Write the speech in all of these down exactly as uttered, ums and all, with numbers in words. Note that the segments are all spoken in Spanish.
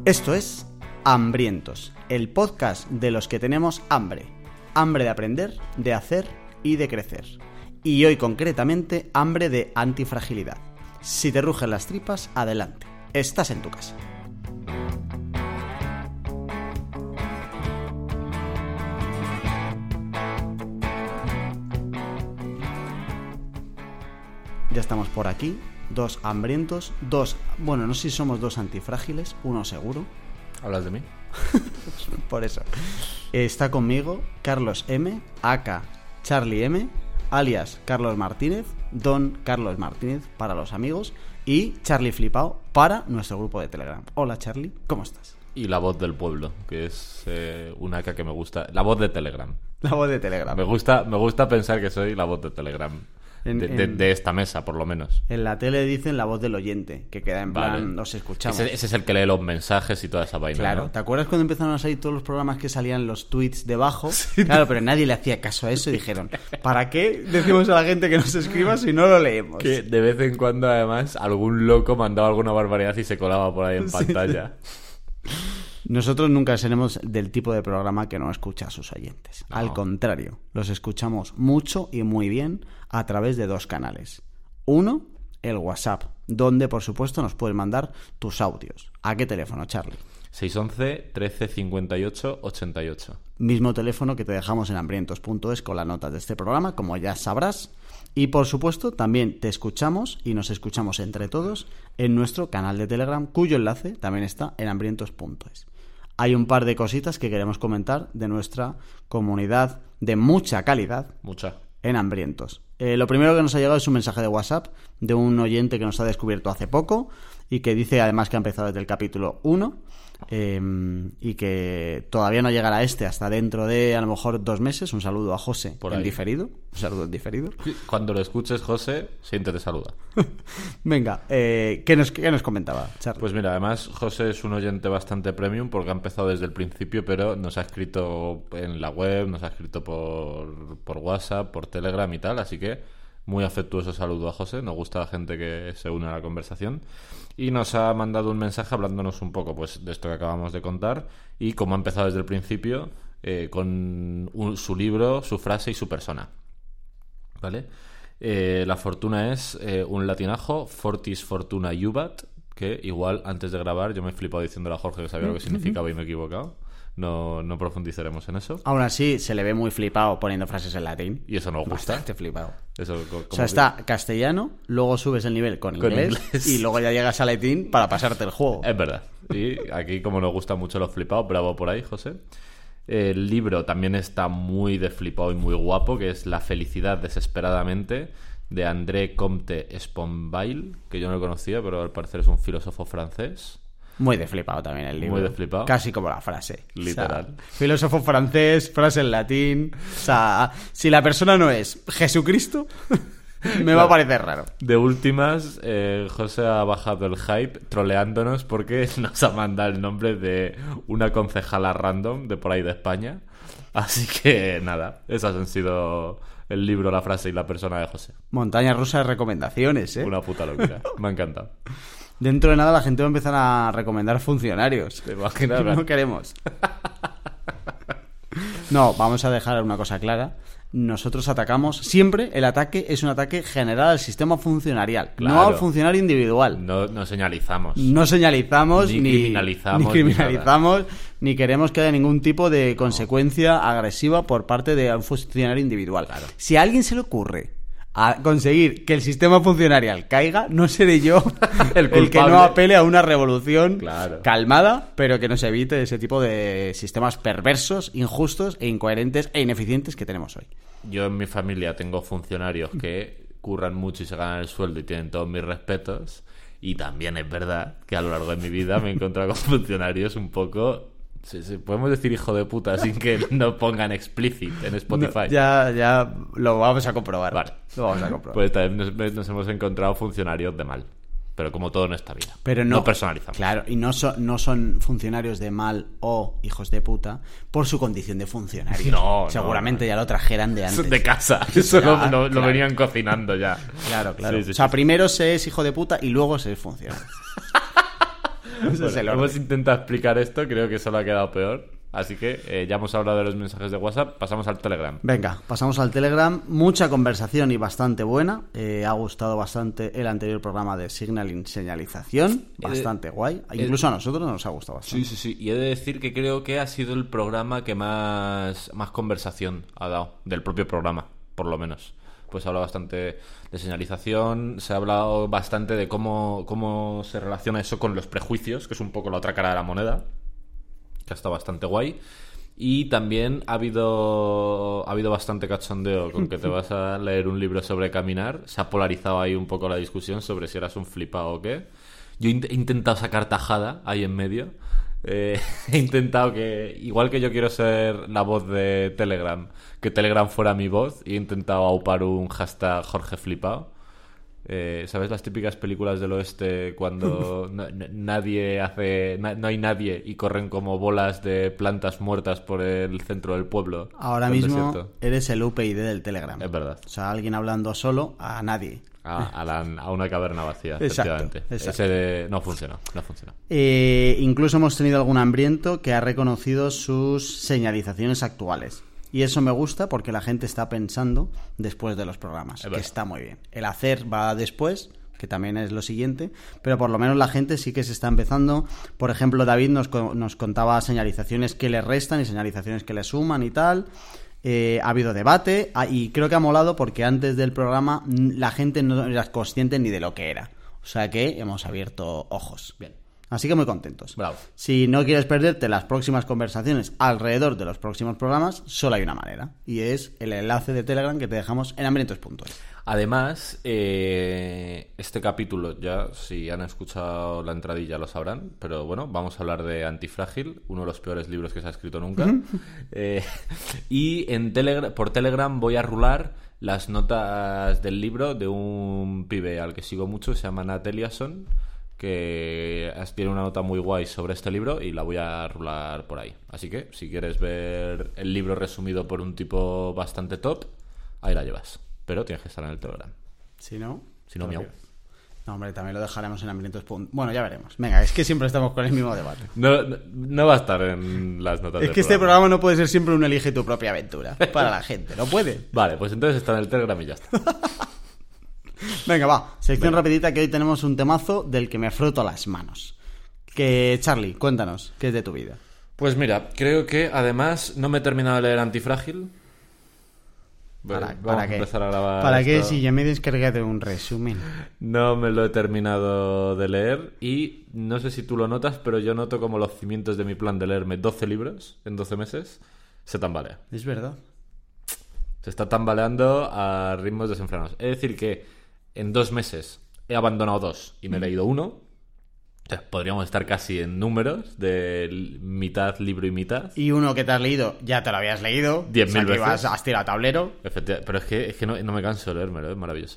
Esto es Hambrientos, el podcast de los que tenemos hambre. Hambre de aprender, de hacer y de crecer. Y hoy concretamente, hambre de antifragilidad. Si te rugen las tripas, adelante. Estás en tu casa. Ya estamos por aquí, dos hambrientos, dos... Bueno, no sé si somos dos antifrágiles, uno seguro. ¿Hablas de mí? Por eso. Está conmigo Carlos M, aka Charlie M, alias Carlos Martínez, Don Carlos Martínez para los amigos, y Charlie Flipao para nuestro grupo de Telegram. Hola Charlie, ¿cómo estás? Y la voz del pueblo, que es eh, una aka que me gusta. La voz de Telegram. La voz de Telegram. Me gusta, me gusta pensar que soy la voz de Telegram. En, de, de, en, de esta mesa, por lo menos. En la tele dicen la voz del oyente, que queda en plan, vale. Nos escuchamos. Ese, ese es el que lee los mensajes y toda esa vaina. Claro, ¿no? ¿Te acuerdas cuando empezaron a salir todos los programas que salían los tweets debajo? Sí, claro, pero nadie le hacía caso a eso y dijeron, ¿para qué decimos a la gente que nos escriba si no lo leemos? Que de vez en cuando, además, algún loco mandaba alguna barbaridad y se colaba por ahí en pantalla. Sí, sí. Nosotros nunca seremos del tipo de programa que no escucha a sus oyentes. No. Al contrario, los escuchamos mucho y muy bien a través de dos canales. Uno, el WhatsApp, donde por supuesto nos puedes mandar tus audios. ¿A qué teléfono, Charlie? seis once, trece cincuenta y ocho, ochenta y ocho. Mismo teléfono que te dejamos en hambrientos punto es con las notas de este programa, como ya sabrás. Y por supuesto también te escuchamos y nos escuchamos entre todos en nuestro canal de Telegram, cuyo enlace también está en hambrientos punto es. Hay un par de cositas que queremos comentar de nuestra comunidad de mucha calidad. Mucha. En Hambrientos. Eh, lo primero que nos ha llegado es un mensaje de WhatsApp de un oyente que nos ha descubierto hace poco y que dice además que ha empezado desde el capítulo uno eh, y que todavía no llegará este hasta dentro de a lo mejor dos meses. Un saludo a José Por en ahí. diferido. Un saludo en diferido. Cuando lo escuches, José, siéntete saluda. Venga, eh, ¿qué, nos, ¿qué nos comentaba, Charlie? Pues mira, además José es un oyente bastante premium porque ha empezado desde el principio, pero nos ha escrito en la web, nos ha escrito por, por WhatsApp, por Telegram y tal, así que muy afectuoso saludo a José. Nos gusta la gente que se une a la conversación y nos ha mandado un mensaje hablándonos un poco pues de esto que acabamos de contar y cómo ha empezado desde el principio eh, con un, su libro, su frase y su persona, ¿vale? Eh, la fortuna es eh, un latinajo, fortis fortuna iubat, que igual antes de grabar yo me he flipado diciéndole a Jorge que sabía lo que significaba y me he equivocado. No, no profundizaremos en eso. Aún así, se le ve muy flipado poniendo frases en latín. Y eso nos gusta. Bastante flipado. Eso, o sea, está castellano, luego subes el nivel con, con inglés, inglés y luego ya llegas a latín para pasarte el juego. Es verdad. Y aquí, como nos gustan mucho los flipados, bravo por ahí, José. El libro también está muy de flipado y muy guapo, que es La felicidad desesperadamente, de André Comte Sponville, que yo no lo conocía, pero al parecer es un filósofo francés. Muy de flipado también el libro. Muy de flipado. Casi como la frase. Literal. O sea, filósofo francés, frase en latín. O sea, si la persona no es Jesucristo, me claro. va a parecer raro. De últimas, eh, José ha bajado el hype troleándonos porque nos ha mandado el nombre de una concejala random de por ahí de España. Así que nada, esas han sido el libro, la frase y la persona de José. Montaña rusa de recomendaciones, ¿eh? Una puta locura. Me ha encantado. Dentro de nada la gente va a empezar a recomendar funcionarios. ¿Te imaginas? No queremos. No, vamos a dejar una cosa clara. Nosotros atacamos... Siempre el ataque es un ataque general al sistema funcionarial, claro. No al funcionario individual. No, no señalizamos. No señalizamos ni, ni criminalizamos. Ni, criminalizamos, ni, ni queremos que haya ningún tipo de consecuencia no. agresiva por parte de un funcionario individual. Claro. Si a alguien se le ocurre a conseguir que el sistema funcionarial caiga, no seré yo el, el que no apele a una revolución claro. calmada, pero que nos evite ese tipo de sistemas perversos, injustos e incoherentes e ineficientes que tenemos hoy. Yo en mi familia tengo funcionarios que curran mucho y se ganan el sueldo y tienen todos mis respetos, y también es verdad que a lo largo de mi vida me he encontrado con funcionarios un poco... Sí, sí, podemos decir hijo de puta sin que no pongan explicit en Spotify. No, ya, ya lo vamos a comprobar. Vale. Lo vamos a comprobar. Pues también nos, nos hemos encontrado funcionarios de mal. Pero como todo en esta vida. Pero no, no personalizamos. Claro, y no, so, no son funcionarios de mal o hijos de puta por su condición de funcionario. No, seguramente no, no. ya lo trajeran de antes. De casa. Eso ya, lo, lo, claro. lo venían cocinando ya. Claro, claro. Sí, sí, o sea, sí. primero se es hijo de puta y luego se es funcionario. Bueno, es el orden. hemos intentado explicar esto, creo que solo ha quedado peor. Así que eh, ya hemos hablado de los mensajes de WhatsApp, pasamos al Telegram. Venga, pasamos al Telegram. Mucha conversación y bastante buena. Eh, ha gustado bastante el anterior programa de Signaling Señalización. Bastante guay. Incluso a nosotros nos ha gustado bastante. Sí, sí, sí. Y he de decir que creo que ha sido el programa que más, más conversación ha dado, del propio programa, por lo menos. Pues se ha hablado bastante de señalización, se ha hablado bastante de cómo, cómo se relaciona eso con los prejuicios, que es un poco la otra cara de la moneda, que ha estado bastante guay. Y también ha habido ha habido bastante cachondeo con que te vas a leer un libro sobre caminar. Se ha polarizado ahí un poco la discusión sobre si eras un flipado o qué. Yo he intentado sacar tajada ahí en medio. Eh, he intentado que, igual que yo quiero ser la voz de Telegram, que Telegram fuera mi voz, y he intentado aupar un hashtag Jorge Flipao. Eh, ¿Sabes las típicas películas del oeste cuando no, no, nadie hace na, no hay nadie y corren como bolas de plantas muertas por el centro del pueblo? Ahora del mismo desierto? eres el U P y D del Telegram. Es verdad. O sea, alguien hablando solo a nadie. A, a, la, a una caverna vacía, Exacto, efectivamente. exacto. Ese de- no funcionó, no funcionó. Eh, incluso hemos tenido algún hambriento que ha reconocido sus señalizaciones actuales. Y eso me gusta porque la gente está pensando después de los programas, Es que verdad. está muy bien. El hacer va después, que también es lo siguiente, pero por lo menos la gente sí que se está empezando. Por ejemplo, David nos, co- nos contaba señalizaciones que le restan y señalizaciones que le suman y tal. Eh, ha habido debate ah, y creo que ha molado porque antes del programa mm, la gente no era consciente ni de lo que era. O sea que hemos abierto ojos. Bien. Así que muy contentos. Bravo. Si no quieres perderte las próximas conversaciones alrededor de los próximos programas, solo hay una manera. Y es el enlace de Telegram que te dejamos en hambrientos punto es. Además, eh, este capítulo, ya si han escuchado la entradilla lo sabrán, pero bueno, vamos a hablar de Antifrágil, uno de los peores libros que se ha escrito nunca. eh, y en Telegram, por Telegram voy a rular las notas del libro de un pibe al que sigo mucho, se llama Nat Eliasson, que tiene una nota muy guay sobre este libro y la voy a rular por ahí. Así que, si quieres ver el libro resumido por un tipo bastante top, ahí la llevas. Pero tienes que estar en el Telegram. Si no... Si no, miau. No, hombre, también lo dejaremos en hambrientos punto es. Bueno, ya veremos. Venga, es que siempre estamos con el mismo debate. No, no, no va a estar en las notas Es del que este programa no puede ser siempre un elige tu propia aventura. Para la gente, no puede. Vale, pues entonces está en el Telegram y ya está. Venga, va. Sección Venga. rapidita que hoy tenemos un temazo del que me froto las manos. Que, Charlie, cuéntanos, ¿qué es de tu vida? Pues mira, creo que además no me he terminado de leer Antifrágil. ¿Para, Vamos para a qué? empezar a grabar ¿Para qué esto. si ya me descargué de un resumen? No me lo he terminado de leer y no sé si tú lo notas, pero yo noto como los cimientos de mi plan de leerme doce libros en doce meses se tambalea. Es verdad. Se está tambaleando a ritmos desenfrenados. Es decir que en dos meses he abandonado dos y me he leído uno. O sea, podríamos estar casi en números de mitad libro y mitad. Y uno que te has leído, ya te lo habías leído. Diez o sea, mil que veces. ibas a tirar tablero. Efectivamente, pero es que, es que no, no me canso de leérmelo, es maravilloso.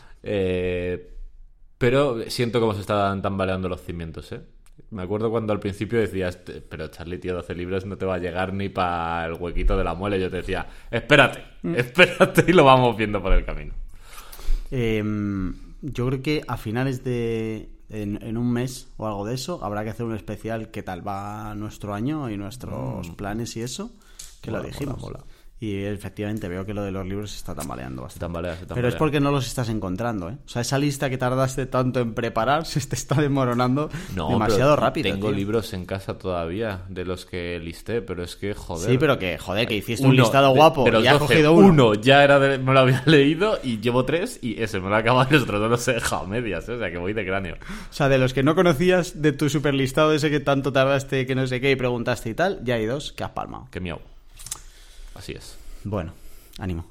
Eh, pero siento cómo se están tambaleando los cimientos, ¿eh? Me acuerdo cuando al principio decías, pero Charlie, tío, doce libros no te va a llegar ni para el huequito de la muela. Y yo te decía, espérate, espérate y lo vamos viendo por el camino. Eh, yo creo que a finales de... En, en un mes o algo de eso habrá que hacer un especial qué tal va nuestro año y nuestros mm. planes y eso, que mola, lo dijimos. Mola, mola. Y efectivamente veo que lo de los libros se está tambaleando bastante. Se tambalea, se tambalea. Pero es porque no los estás encontrando, ¿eh? O sea, esa lista que tardaste tanto en preparar se te está desmoronando no, demasiado rápido. Tengo tío. libros en casa todavía de los que listé, pero es que, joder. Sí, pero que, joder, que hiciste uno, un listado guapo de, de y has doce, cogido uno. Uno ya era de, me lo había leído y llevo tres y ese me lo he acabado y los otros no los he dejado a medias, ¿eh? O sea, que voy de cráneo. O sea, de los que no conocías de tu superlistado ese que tanto tardaste, que no sé qué, y preguntaste y tal, ya hay dos que has palmado. Que miau. Así es. Bueno. Ánimo.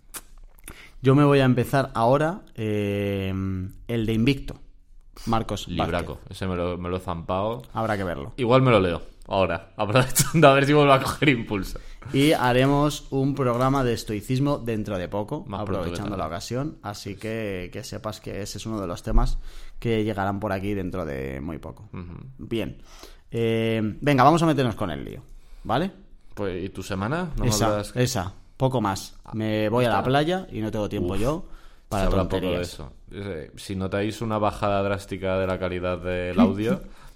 Yo me voy a empezar ahora eh, el de Invicto. Marcos Libraco. Vázquez. Ese me lo, me lo he zampado. Habrá que verlo. Igual me lo leo ahora, aprovechando a ver si vuelvo a coger impulso. Y haremos un programa de estoicismo dentro de poco, Más aprovechando la ocasión. Así que que sepas que ese es uno de los temas que llegarán por aquí dentro de muy poco. Uh-huh. Bien. Eh, venga, vamos a meternos con el lío. ¿Vale? Pues, ¿y tu semana? ¿No esa, me hablas... esa. Poco más. Me voy a la playa y no tengo tiempo Uf, yo para tonterías. Poco de eso. Si notáis una bajada drástica de la calidad del audio,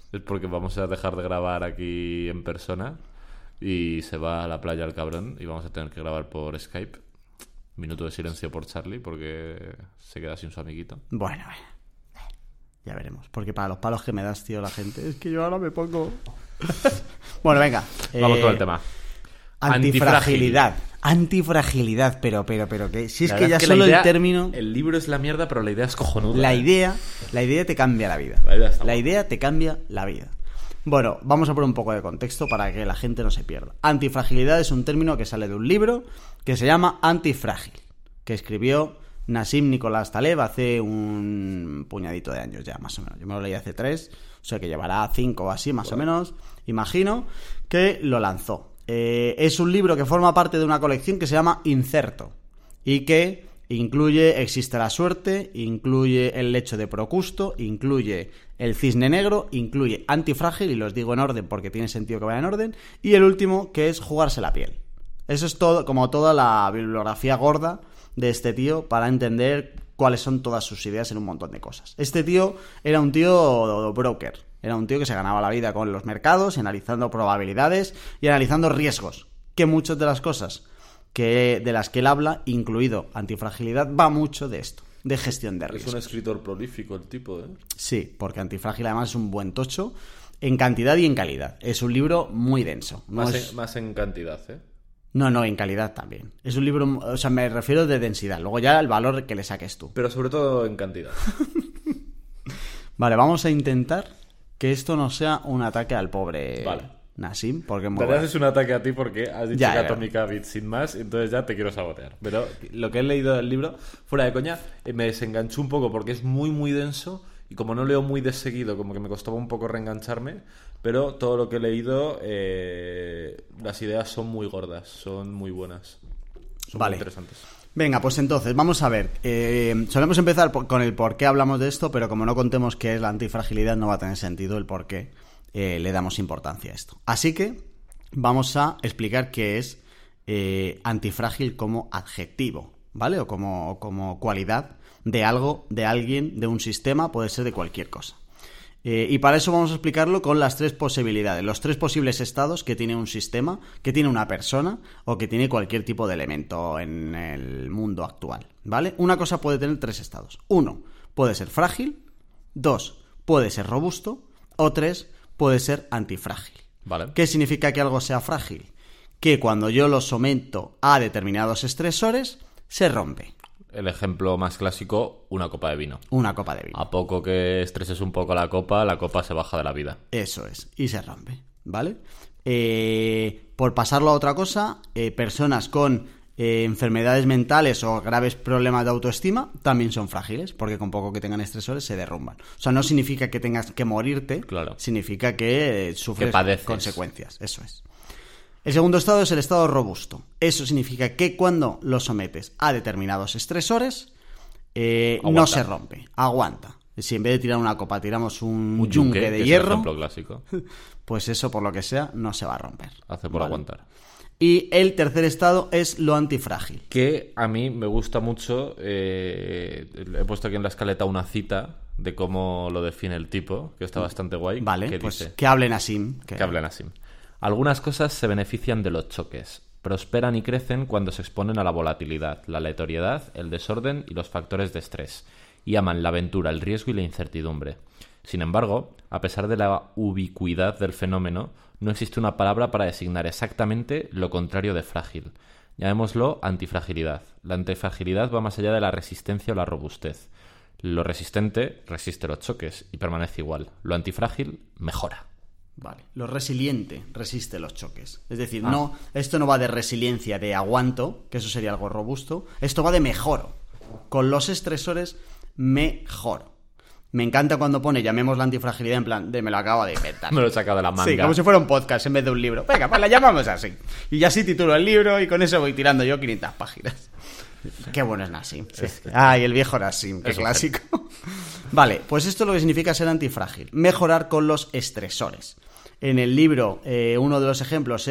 es porque vamos a dejar de grabar aquí en persona y se va a la playa el cabrón y vamos a tener que grabar por Skype. Minuto de silencio por Charlie porque se queda sin su amiguito. Bueno, bueno, ya veremos. Porque para los palos que me das, tío, la gente, es que yo ahora me pongo... Bueno, venga. Vamos eh, con el tema. Antifragilidad. Antifragilidad, pero, pero, pero, que si es La que verdad ya es que solo la idea- el término... El libro es la mierda, pero la idea es cojonuda. La ¿eh? idea, la idea te cambia la vida. La idea está La guapa. idea te cambia la vida. Bueno, vamos a poner un poco de contexto para que la gente no se pierda. Antifragilidad es un término que sale de un libro que se llama Antifrágil, que escribió Nassim Nicolás Taleb hace un puñadito de años ya, más o menos. Yo me lo leí hace tres, o sea que llevará cinco o así, más o menos, imagino, que lo lanzó. Eh, es un libro que forma parte de una colección que se llama Incerto y que incluye Existe la suerte, incluye El lecho de Procusto, incluye El cisne negro, incluye Antifrágil, y los digo en orden porque tiene sentido que vaya en orden, y el último, que es Jugarse la piel. Eso es todo, como toda la bibliografía gorda de este tío para entender cuáles son todas sus ideas en un montón de cosas. Este tío era un tío broker, era un tío que se ganaba la vida con los mercados, analizando probabilidades y analizando riesgos, que muchas de las cosas que de las que él habla, incluido Antifragilidad, va mucho de esto, de gestión de riesgos. Es un escritor prolífico el tipo, ¿eh? Sí, porque Antifrágil además es un buen tocho en cantidad y en calidad. Es un libro muy denso. No Más, es... en, más en cantidad, ¿eh? No, no, en calidad también. Es un libro, o sea, me refiero de densidad. Luego ya el valor que le saques tú. Pero sobre todo en cantidad. Vale, vamos a intentar que esto no sea un ataque al pobre Vale. Nassim, porque En muy realidad bueno. es un ataque a ti porque has dicho Ya, que ya. Atomic Habits sin más, entonces ya te quiero sabotear. Pero lo que he leído del libro, fuera de coña, eh, me desenganchó un poco porque es muy, muy denso y como no leo muy de seguido, como que me costaba un poco reengancharme, pero todo lo que he leído, eh, las ideas son muy gordas, son muy buenas, son Vale. muy interesantes. Venga, pues entonces, vamos a ver. Eh, solemos empezar por- con el por qué hablamos de esto, pero como no contemos qué es la antifragilidad, no va a tener sentido el por qué eh, le damos importancia a esto. Así que vamos a explicar qué es eh, antifrágil como adjetivo, ¿vale? O como, o como cualidad de algo, de alguien, de un sistema, puede ser de cualquier cosa. Eh, y para eso vamos a explicarlo con las tres posibilidades, los tres posibles estados que tiene un sistema, que tiene una persona o que tiene cualquier tipo de elemento en el mundo actual, ¿vale? Una cosa puede tener tres estados. Uno, puede ser frágil. Dos, puede ser robusto. O tres, puede ser antifrágil. Vale. ¿Qué significa que algo sea frágil? Que cuando yo lo someto a determinados estresores, se rompe. El ejemplo más clásico, una copa de vino. Una copa de vino. A poco que estreses un poco la copa, la copa se baja de la vida. Eso es, y se rompe, ¿vale? Eh, por pasarlo a otra cosa, eh, personas con eh, enfermedades mentales o graves problemas de autoestima también son frágiles, porque con poco que tengan estresores se derrumban. O sea, no significa que tengas que morirte, Claro. significa que eh, sufres Que padeces. consecuencias, eso es. El segundo estado es el estado robusto. Eso significa que cuando lo sometes a determinados estresores, eh, no Aguanta. se rompe, aguanta. Si en vez de tirar una copa tiramos un, Un yunque, yunque, de que es el hierro, ejemplo clásico. pues eso, por lo que sea, no se va a romper. Hace por Vale. aguantar. Y el tercer estado es lo antifrágil. Que a mí me gusta mucho. eh, he puesto aquí en la escaleta una cita de cómo lo define el tipo, que está bastante guay. Vale, que pues dice, que hablen así. Que... que hablan así. Algunas cosas se benefician de los choques. Prosperan y crecen cuando se exponen a la volatilidad, la aleatoriedad, el desorden y los factores de estrés. Y aman la aventura, el riesgo y la incertidumbre. Sin embargo, a pesar de la ubicuidad del fenómeno, no existe una palabra para designar exactamente lo contrario de frágil. Llamémoslo antifragilidad. La antifragilidad va más allá de la resistencia o la robustez. Lo resistente resiste los choques y permanece igual. Lo antifrágil mejora. Vale. Lo resiliente resiste los choques. Es decir, Ah. no, esto no va de resiliencia, de aguanto, que eso sería algo robusto. Esto va de mejoro. Con los estresores, mejoro. Me encanta cuando pone, llamemos la antifragilidad en plan, de me lo acabo de inventar. Me lo he sacado de la manga. Sí, como si fuera un podcast en vez de un libro. Venga, pues la llamamos así. Y ya sí titulo el libro y con eso voy tirando yo quinientas páginas. Qué bueno es Nassim. Sí. Ay, el viejo Nassim, qué Es un clásico. Vale, pues esto es lo que significa ser antifrágil. Mejorar con los estresores. En el libro, eh, uno de los ejemplos es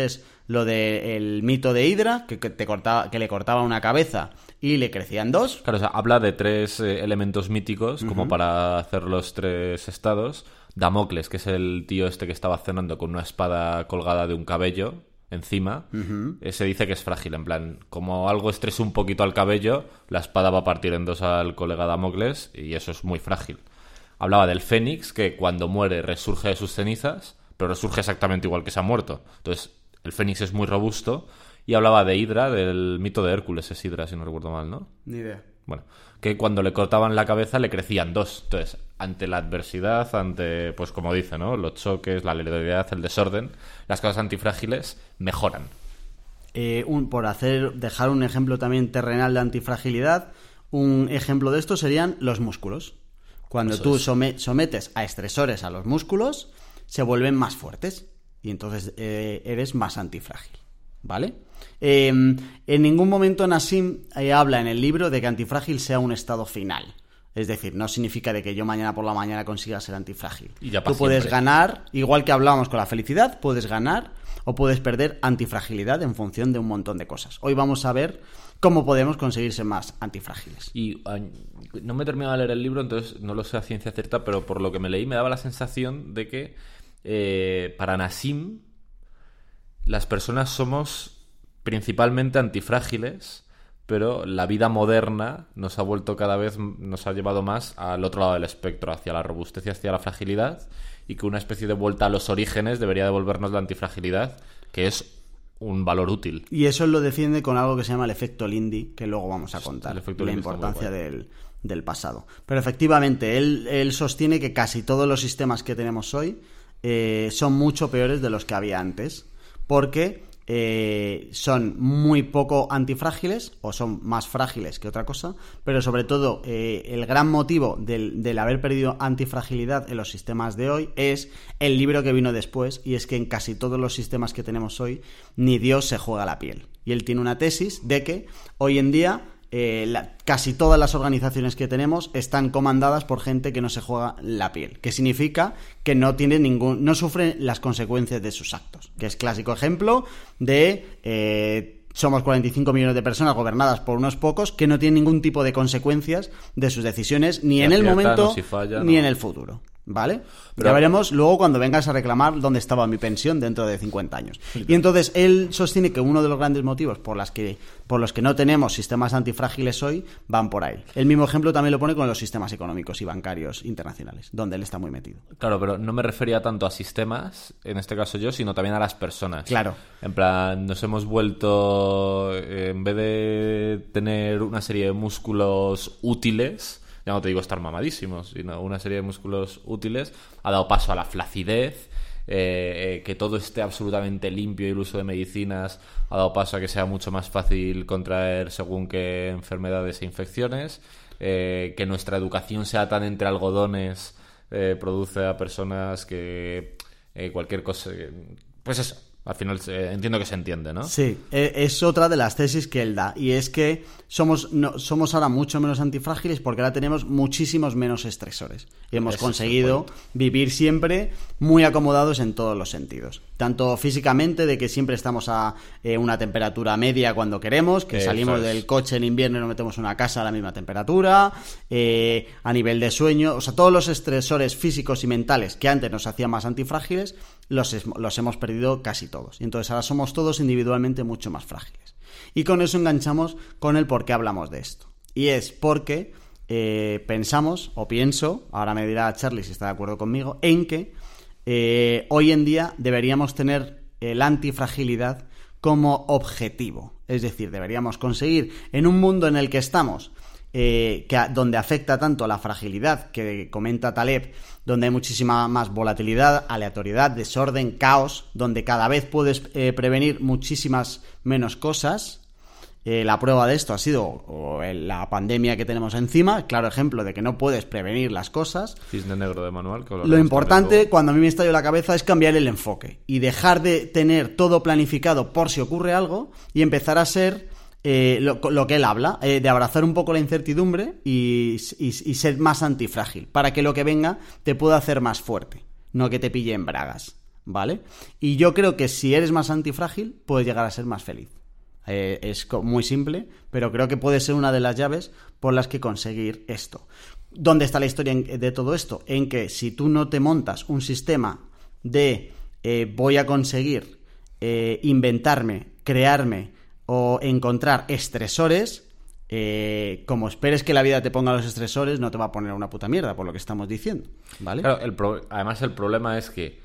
lo del mito de Hydra, que, que, te cortaba, que le cortaba una cabeza y le crecían dos. Claro, o sea, habla de tres eh, elementos míticos uh-huh. como para hacer los tres estados. Damocles, que es el tío este que estaba cenando con una espada colgada de un cabello encima, uh-huh. eh, se dice que es frágil, en plan, como algo estrese un poquito al cabello, la espada va a partir en dos al colega Damocles y eso es muy frágil. Hablaba del Fénix, que cuando muere resurge de sus cenizas, pero resurge exactamente igual que se ha muerto. Entonces, el Fénix es muy robusto. Y hablaba de Hydra, del mito de Hércules, es Hydra, si no recuerdo mal, ¿no? Ni idea. Bueno, que cuando le cortaban la cabeza le crecían dos. Entonces, ante la adversidad, ante, pues como dice, ¿no? Los choques, la aleatoriedad, el desorden, las cosas antifrágiles mejoran. Eh, un, por hacer dejar un ejemplo también terrenal de antifragilidad, un ejemplo de esto serían los músculos. Cuando Eso tú some, sometes a estresores a los músculos, se vuelven más fuertes y entonces eh, eres más antifrágil, ¿vale? Eh, en ningún momento Nassim eh, habla en el libro de que antifrágil sea un estado final. Es decir, no significa de que yo mañana por la mañana consiga ser antifrágil. Y ya tú puedes siempre. ganar, igual que hablábamos con la felicidad, puedes ganar o puedes perder antifragilidad en función de un montón de cosas. Hoy vamos a ver cómo podemos conseguir ser más antifrágiles. Y uh, no me he terminado de leer el libro, entonces no lo sé a ciencia cierta, pero por lo que me leí me daba la sensación de que eh, para Nassim las personas somos principalmente antifrágiles, pero la vida moderna nos ha vuelto cada vez, nos ha llevado más al otro lado del espectro, hacia la robustez y hacia la fragilidad, y que una especie de vuelta a los orígenes debería devolvernos la antifragilidad, que es un valor útil. Y eso lo defiende con algo que se llama el efecto Lindy, que luego vamos a contar, la importancia del, del pasado. Pero efectivamente, él, él sostiene que casi todos los sistemas que tenemos hoy eh, son mucho peores de los que había antes, porque eh, son muy poco antifrágiles, o son más frágiles que otra cosa, pero sobre todo eh, el gran motivo del, del haber perdido antifragilidad en los sistemas de hoy es el libro que vino después, y es que en casi todos los sistemas que tenemos hoy ni Dios se juega la piel. Y él tiene una tesis de que hoy en día Eh, la, casi todas las organizaciones que tenemos están comandadas por gente que no se juega la piel, que significa que no tiene ningún, no sufren las consecuencias de sus actos, que es clásico ejemplo de eh, somos cuarenta y cinco millones de personas gobernadas por unos pocos que no tienen ningún tipo de consecuencias de sus decisiones, ni en el momento no, si falla, ni no. en el futuro, ¿vale? Pero... ya veremos luego cuando vengas a reclamar dónde estaba mi pensión dentro de cincuenta años. Y entonces él sostiene que uno de los grandes motivos por las que por los que no tenemos sistemas antifrágiles hoy van por ahí. El mismo ejemplo también lo pone con los sistemas económicos y bancarios internacionales, donde él está muy metido. Claro, pero no me refería tanto a sistemas, en este caso yo, sino también a las personas. Claro. En plan, nos hemos vuelto, eh, en vez de tener una serie de músculos útiles, ya no te digo estar mamadísimos, sino una serie de músculos útiles, ha dado paso a la flacidez, eh, eh, que todo esté absolutamente limpio y el uso de medicinas ha dado paso a que sea mucho más fácil contraer según qué enfermedades e infecciones, eh, que nuestra educación sea tan entre algodones, eh, produce a personas que eh, cualquier cosa... Pues eso. Al final eh, entiendo que se entiende, ¿no? Sí, es otra de las tesis que él da, y es que somos no, somos ahora mucho menos antifrágiles porque ahora tenemos muchísimos menos estresores y hemos Ese conseguido vivir siempre muy acomodados en todos los sentidos, tanto físicamente, de que siempre estamos a eh, una temperatura media cuando queremos, que Eso salimos es. del coche en invierno y nos metemos en una casa a la misma temperatura, eh, a nivel de sueño, o sea, todos los estresores físicos y mentales que antes nos hacían más antifrágiles los, los hemos perdido casi todos. Y entonces ahora somos todos individualmente mucho más frágiles. Y con eso enganchamos con el por qué hablamos de esto. Y es porque eh, pensamos, o pienso, ahora me dirá Charlie si está de acuerdo conmigo, en que eh, hoy en día deberíamos tener eh, la antifragilidad como objetivo. Es decir, deberíamos conseguir en un mundo en el que estamos, eh, que, donde afecta tanto la fragilidad que comenta Taleb, donde hay muchísima más volatilidad, aleatoriedad, desorden, caos, donde cada vez puedes eh, prevenir muchísimas menos cosas. Eh, la prueba de esto ha sido o, la pandemia que tenemos encima, claro ejemplo de que no puedes prevenir las cosas. Cisne negro de manual. Que lo importante cuando a mí me estalló la cabeza es cambiar el enfoque y dejar de tener todo planificado por si ocurre algo y empezar a ser... Eh, lo, lo que él habla, eh, de abrazar un poco la incertidumbre y, y, y ser más antifrágil, para que lo que venga te pueda hacer más fuerte, no que te pille en bragas, ¿vale? Y yo creo que si eres más antifrágil, puedes llegar a ser más feliz. Eh, es muy simple, pero creo que puede ser una de las llaves por las que conseguir esto. ¿Dónde está la historia de todo esto? En que si tú no te montas un sistema de eh, voy a conseguir eh, inventarme, crearme o encontrar estresores, eh, como esperes que la vida te ponga los estresores, no te va a poner una puta mierda, por lo que estamos diciendo, ¿vale? Claro, el pro- además el problema es que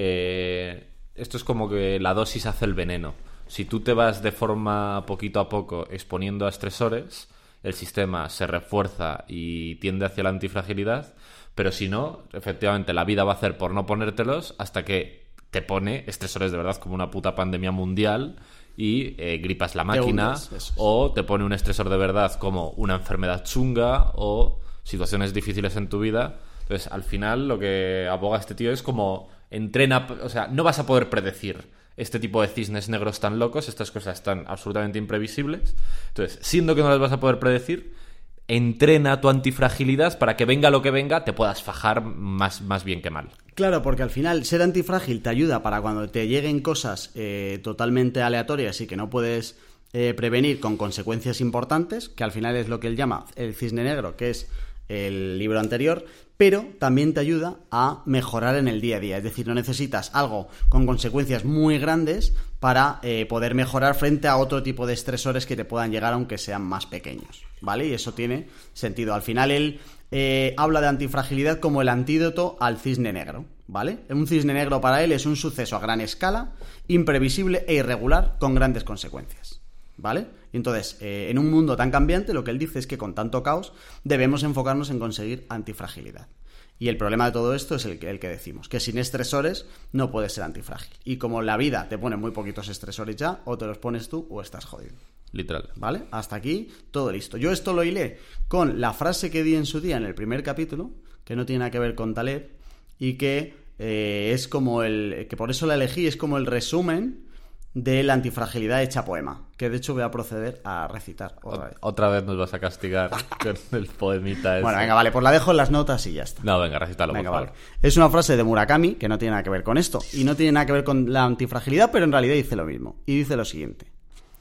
eh, esto es como que la dosis hace el veneno. Si tú te vas de forma poquito a poco exponiendo a estresores, el sistema se refuerza y tiende hacia la antifragilidad, pero si no, efectivamente la vida va a hacer por no ponértelos hasta que te pone estresores de verdad como una puta pandemia mundial y eh, gripas la máquina, hundes, eso es. o te pone un estresor de verdad como una enfermedad chunga o situaciones difíciles en tu vida. Entonces, al final lo que aboga este tío es como entrena, o sea, no vas a poder predecir este tipo de cisnes negros tan locos, estas cosas tan absolutamente imprevisibles. Entonces, siendo que no las vas a poder predecir, entrena tu antifragilidad para que venga lo que venga, te puedas fajar más, más bien que mal. Claro, porque al final ser antifrágil te ayuda para cuando te lleguen cosas eh, totalmente aleatorias y que no puedes eh, prevenir con consecuencias importantes, que al final es lo que él llama el cisne negro, que es el libro anterior, pero también te ayuda a mejorar en el día a día. Es decir, no necesitas algo con consecuencias muy grandes para eh, poder mejorar frente a otro tipo de estresores que te puedan llegar aunque sean más pequeños, ¿vale? Y eso tiene sentido. Al final él eh, habla de antifragilidad como el antídoto al cisne negro, ¿vale? Un cisne negro para él es un suceso a gran escala, imprevisible e irregular con grandes consecuencias, ¿vale? Entonces, eh, en un mundo tan cambiante, lo que él dice es que con tanto caos debemos enfocarnos en conseguir antifragilidad. Y el problema de todo esto es el que, el que decimos, que sin estresores no puedes ser antifrágil. Y como la vida te pone muy poquitos estresores ya, o te los pones tú o estás jodido. Literal. ¿Vale? Hasta aquí, todo listo. Yo esto lo hilé con la frase que di en su día en el primer capítulo, que no tiene nada que ver con Taleb, y que eh, es como el... que por eso la elegí, es como el resumen de la antifragilidad hecha poema, que de hecho voy a proceder a recitar otra vez. Otra vez nos vas a castigar con el poemita ese. Bueno, venga, vale, pues la dejo en las notas y ya está. No, venga, recítalo, Venga, por vale. favor. Es una frase de Murakami que no tiene nada que ver con esto y no tiene nada que ver con la antifragilidad, pero en realidad dice lo mismo. Y dice lo siguiente: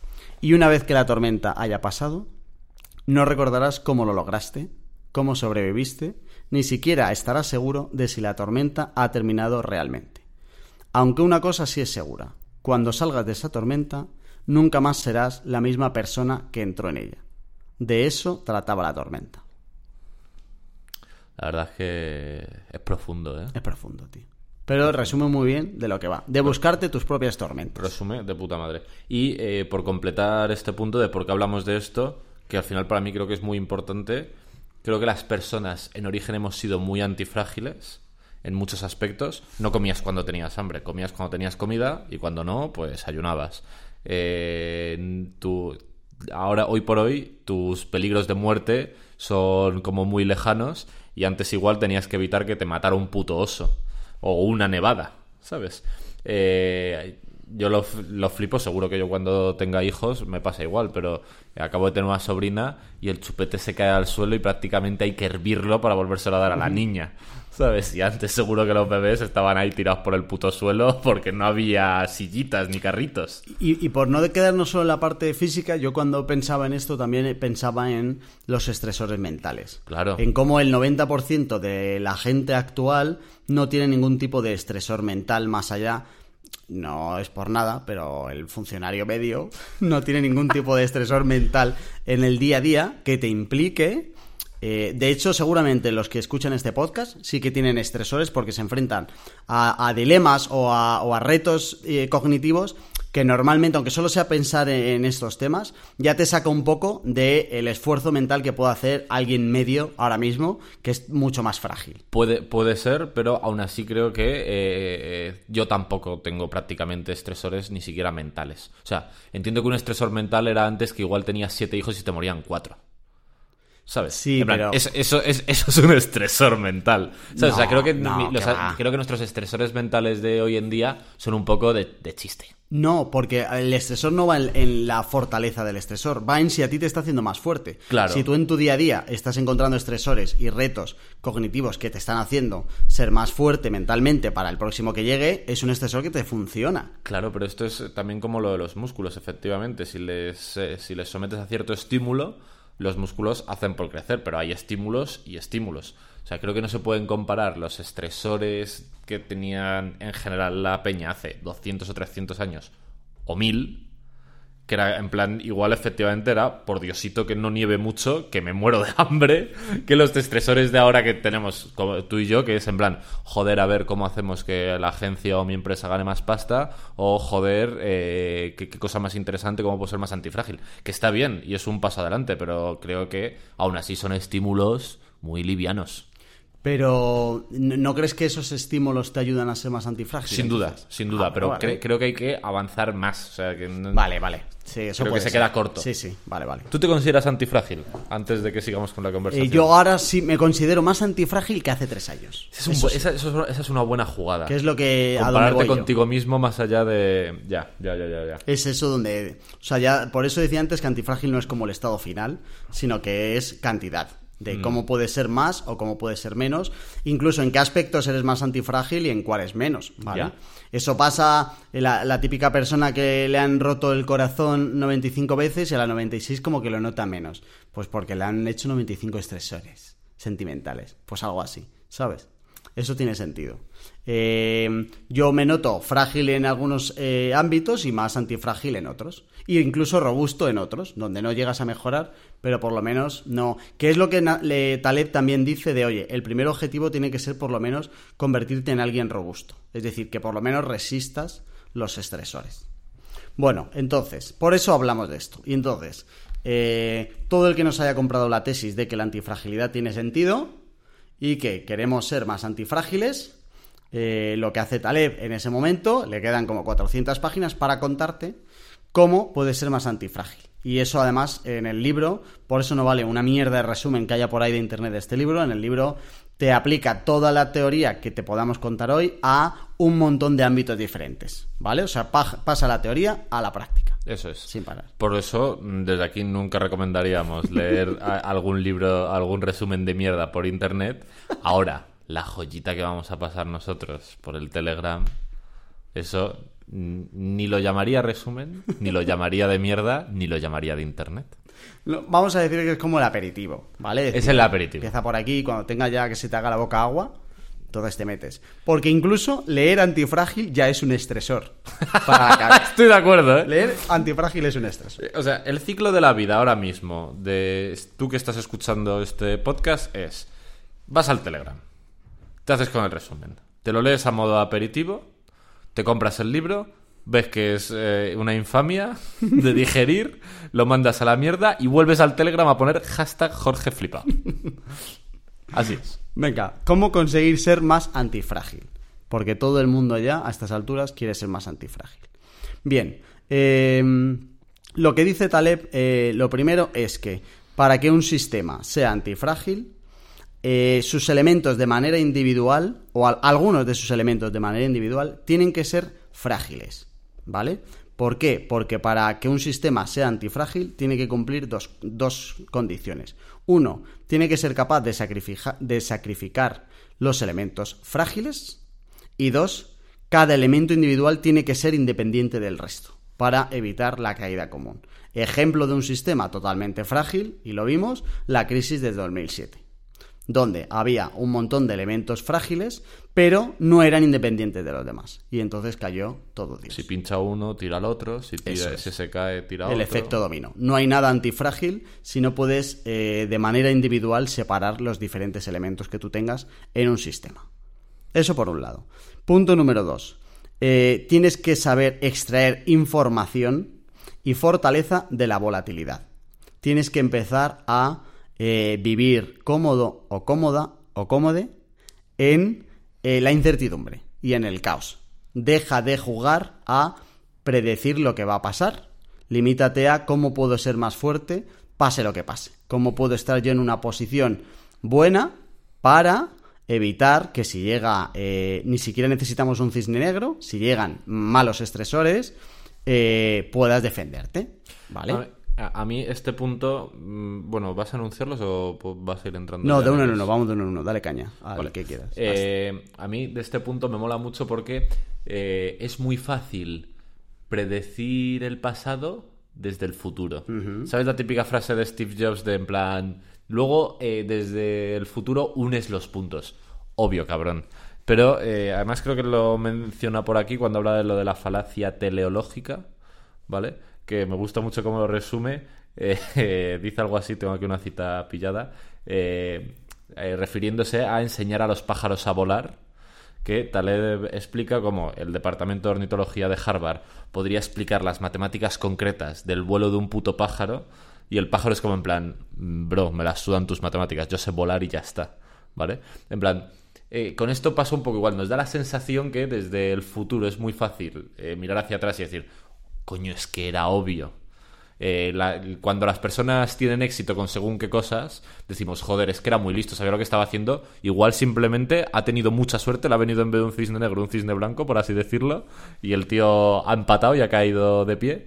y una vez que la tormenta haya pasado, no recordarás cómo lo lograste, cómo sobreviviste, ni siquiera estarás seguro de si la tormenta ha terminado realmente. Aunque una cosa sí es segura: cuando salgas de esa tormenta, nunca más serás la misma persona que entró en ella. De eso trataba la tormenta. La verdad es que es profundo, ¿eh? Es profundo, tío. Pero resume muy bien de lo que va. De buscarte tus propias tormentas. Resume de puta madre. Y eh, por completar este punto de por qué hablamos de esto, que al final para mí creo que es muy importante, creo que las personas en origen hemos sido muy antifrágiles en muchos aspectos. No comías cuando tenías hambre, comías cuando tenías comida y cuando no, pues ayunabas. Eh, tú, ahora, hoy por hoy, tus peligros de muerte son como muy lejanos y antes igual tenías que evitar que te matara un puto oso o una nevada, ¿sabes? Eh, yo lo, lo flipo, seguro que yo cuando tenga hijos me pasa igual, pero acabo de tener una sobrina y el chupete se cae al suelo y prácticamente hay que hervirlo para volvérselo a dar a la niña, ¿sabes? Y antes seguro que los bebés estaban ahí tirados por el puto suelo porque no había sillitas ni carritos. Y, y por no quedarnos solo en la parte física, yo cuando pensaba en esto también pensaba en los estresores mentales. Claro. En cómo el noventa por ciento de la gente actual no tiene ningún tipo de estresor mental más allá. No es por nada, pero el funcionario medio no tiene ningún tipo de estresor mental en el día a día que te implique. Eh, de hecho, seguramente los que escuchan este podcast sí que tienen estresores porque se enfrentan a, a dilemas o a, o a retos eh, cognitivos que normalmente, aunque solo sea pensar en, en estos temas, ya te saca un poco del esfuerzo mental que puede hacer alguien medio ahora mismo, que es mucho más frágil. Puede, puede ser, pero aún así creo que eh, yo tampoco tengo prácticamente estresores ni siquiera mentales. O sea, entiendo que un estresor mental era antes que igual tenías siete hijos y te morían cuatro. ¿sabes? Sí, en plan, pero... Eso, eso, es, eso es un estresor mental. ¿Sabes? No, o sea, creo que, no, los, que va. creo que nuestros estresores mentales de hoy en día son un poco de, de chiste. No, porque el estresor no va en, en la fortaleza del estresor, va en si a ti te está haciendo más fuerte. Claro. Si tú en tu día a día estás encontrando estresores y retos cognitivos que te están haciendo ser más fuerte mentalmente para el próximo que llegue, es un estresor que te funciona. Claro, pero esto es también como lo de los músculos, efectivamente. Si les, eh, si les sometes a cierto estímulo, los músculos hacen por crecer, pero hay estímulos y estímulos. O sea, creo que no se pueden comparar los estresores que tenían en general la peña hace doscientos o trescientos años, o mil, que era en plan, igual efectivamente era, por Diosito que no nieve mucho, que me muero de hambre, que los estresores de ahora que tenemos como tú y yo, que es en plan, joder, a ver cómo hacemos que la agencia o mi empresa gane más pasta, o joder, eh, qué, qué cosa más interesante, cómo puedo ser más antifrágil. Que está bien, y es un paso adelante, pero creo que aún así son estímulos muy livianos. Pero, ¿no crees que esos estímulos te ayudan a ser más antifrágil? Sin duda, sin duda, ah, pero vale. cre- creo que hay que avanzar más. O sea, que no... Vale, vale. Sí, eso creo puede que se ser. queda corto. Sí, sí, vale, vale. ¿Tú te consideras antifrágil? Antes de que sigamos con la conversación. Eh, yo ahora sí me considero más antifrágil que hace tres años. Ese es un Eso bu- sí. esa, eso es- esa es una buena jugada. Que es lo que... a donde Compararte voy yo. contigo mismo más allá de... Ya, ya, ya, ya, ya. Es eso donde... O sea, ya por eso decía antes que antifrágil no es como el estado final, sino que es cantidad. De cómo puede ser más o cómo puede ser menos. Incluso en qué aspectos eres más antifrágil y en cuáles menos, ¿vale? Ya. Eso pasa en la, la típica persona que le han roto el corazón noventa y cinco veces y a la noventa y seis como que lo nota menos. Pues porque le han hecho noventa y cinco estresores sentimentales. Pues algo así, ¿sabes? Eso tiene sentido. Eh, yo me noto frágil en algunos eh, ámbitos y más antifrágil en otros. E incluso robusto en otros, donde no llegas a mejorar, pero por lo menos no. Que es lo que na- le, Taleb también dice de, oye, el primer objetivo tiene que ser por lo menos convertirte en alguien robusto. Es decir, que por lo menos resistas los estresores. Bueno, entonces, por eso hablamos de esto. Y entonces, eh, todo el que nos haya comprado la tesis de que la antifragilidad tiene sentido y que queremos ser más antifrágiles, eh, lo que hace Taleb en ese momento, le quedan como cuatrocientas páginas para contarte cómo puedes ser más antifrágil. Y eso además en el libro, por eso no vale una mierda de resumen que haya por ahí de internet de este libro, en el libro te aplica toda la teoría que te podamos contar hoy a un montón de ámbitos diferentes, ¿vale? O sea, pa- pasa la teoría a la práctica. Eso es. Sin parar. Por eso, desde aquí nunca recomendaríamos leer a- algún libro, algún resumen de mierda por internet. Ahora, la joyita que vamos a pasar nosotros por el Telegram, eso mm, ni lo llamaría resumen, ni lo llamaría de mierda, ni lo llamaría de internet. No, vamos a decir que es como el aperitivo, ¿vale? Es el aperitivo. Empieza por aquí y cuando tenga ya que se te haga la boca agua, entonces te metes. Porque incluso leer antifrágil ya es un estresor para la cabeza. Estoy de acuerdo, ¿eh? Leer antifrágil es un estresor. O sea, el ciclo de la vida ahora mismo, de tú que estás escuchando este podcast, es: vas al Telegram, te haces con el resumen, te lo lees a modo aperitivo, te compras el libro, ves que es eh, una infamia de digerir, lo mandas a la mierda y vuelves al Telegram a poner hashtag Jorge Flipa. Así es. Venga, ¿cómo conseguir ser más antifrágil? Porque todo el mundo ya, a estas alturas, quiere ser más antifrágil. Bien, eh, lo que dice Taleb, eh, lo primero es que para que un sistema sea antifrágil, eh, sus elementos de manera individual, o al- algunos de sus elementos de manera individual, tienen que ser frágiles, ¿vale? ¿Por qué? Porque para que un sistema sea antifrágil tiene que cumplir dos, dos condiciones. Uno, tiene que ser capaz de, sacrifica- de sacrificar los elementos frágiles. Y dos, cada elemento individual tiene que ser independiente del resto para evitar la caída común. Ejemplo de un sistema totalmente frágil, y lo vimos, la crisis de dos mil siete. Donde había un montón de elementos frágiles, pero no eran independientes de los demás. Y entonces cayó todo Dios. Si pincha uno, tira al otro. Si, tira, Eso es. si se cae, tira a El otro. efecto dominó. No hay nada antifrágil si no puedes eh, de manera individual separar los diferentes elementos que tú tengas en un sistema. Eso por un lado. Punto número dos. Eh, tienes que saber extraer información y fortaleza de la volatilidad. Tienes que empezar a eh, vivir cómodo o cómoda o cómode en eh, la incertidumbre y en el caos. Deja de jugar a predecir lo que va a pasar. Limítate a cómo puedo ser más fuerte, pase lo que pase. ¿Cómo puedo estar yo en una posición buena para evitar que si llega, eh, ni siquiera necesitamos un cisne negro, si llegan malos estresores, eh, puedas defenderte, ¿vale? A, a, a mí este punto, bueno, ¿vas a anunciarlos o vas a ir entrando? No, de uno en uno, vamos de uno en uno, dale caña, al vale. que quieras. Eh, a mí de este punto me mola mucho porque eh, es muy fácil predecir el pasado desde el futuro. Uh-huh. ¿Sabes la típica frase de Steve Jobs de en plan... Luego, eh, desde el futuro, unes los puntos. Obvio, cabrón. Pero, eh, además creo que lo menciona por aquí cuando habla de lo de la falacia teleológica, ¿vale? Que me gusta mucho cómo lo resume. Eh, eh, dice algo así, tengo aquí una cita pillada, eh, eh, refiriéndose a enseñar a los pájaros a volar, que Taleb explica cómo el Departamento de Ornitología de Harvard podría explicar las matemáticas concretas del vuelo de un puto pájaro, y el pájaro es como en plan, bro, me las sudan tus matemáticas, yo sé volar y ya está, ¿vale? En plan, eh, con esto pasa un poco igual, nos da la sensación que desde el futuro es muy fácil eh, mirar hacia atrás y decir, coño, es que era obvio. Eh, la, cuando las personas tienen éxito con según qué cosas, decimos, joder, es que era muy listo, sabía lo que estaba haciendo, igual simplemente ha tenido mucha suerte, le ha venido en vez de un cisne negro un cisne blanco, por así decirlo, y el tío ha empatado y ha caído de pie,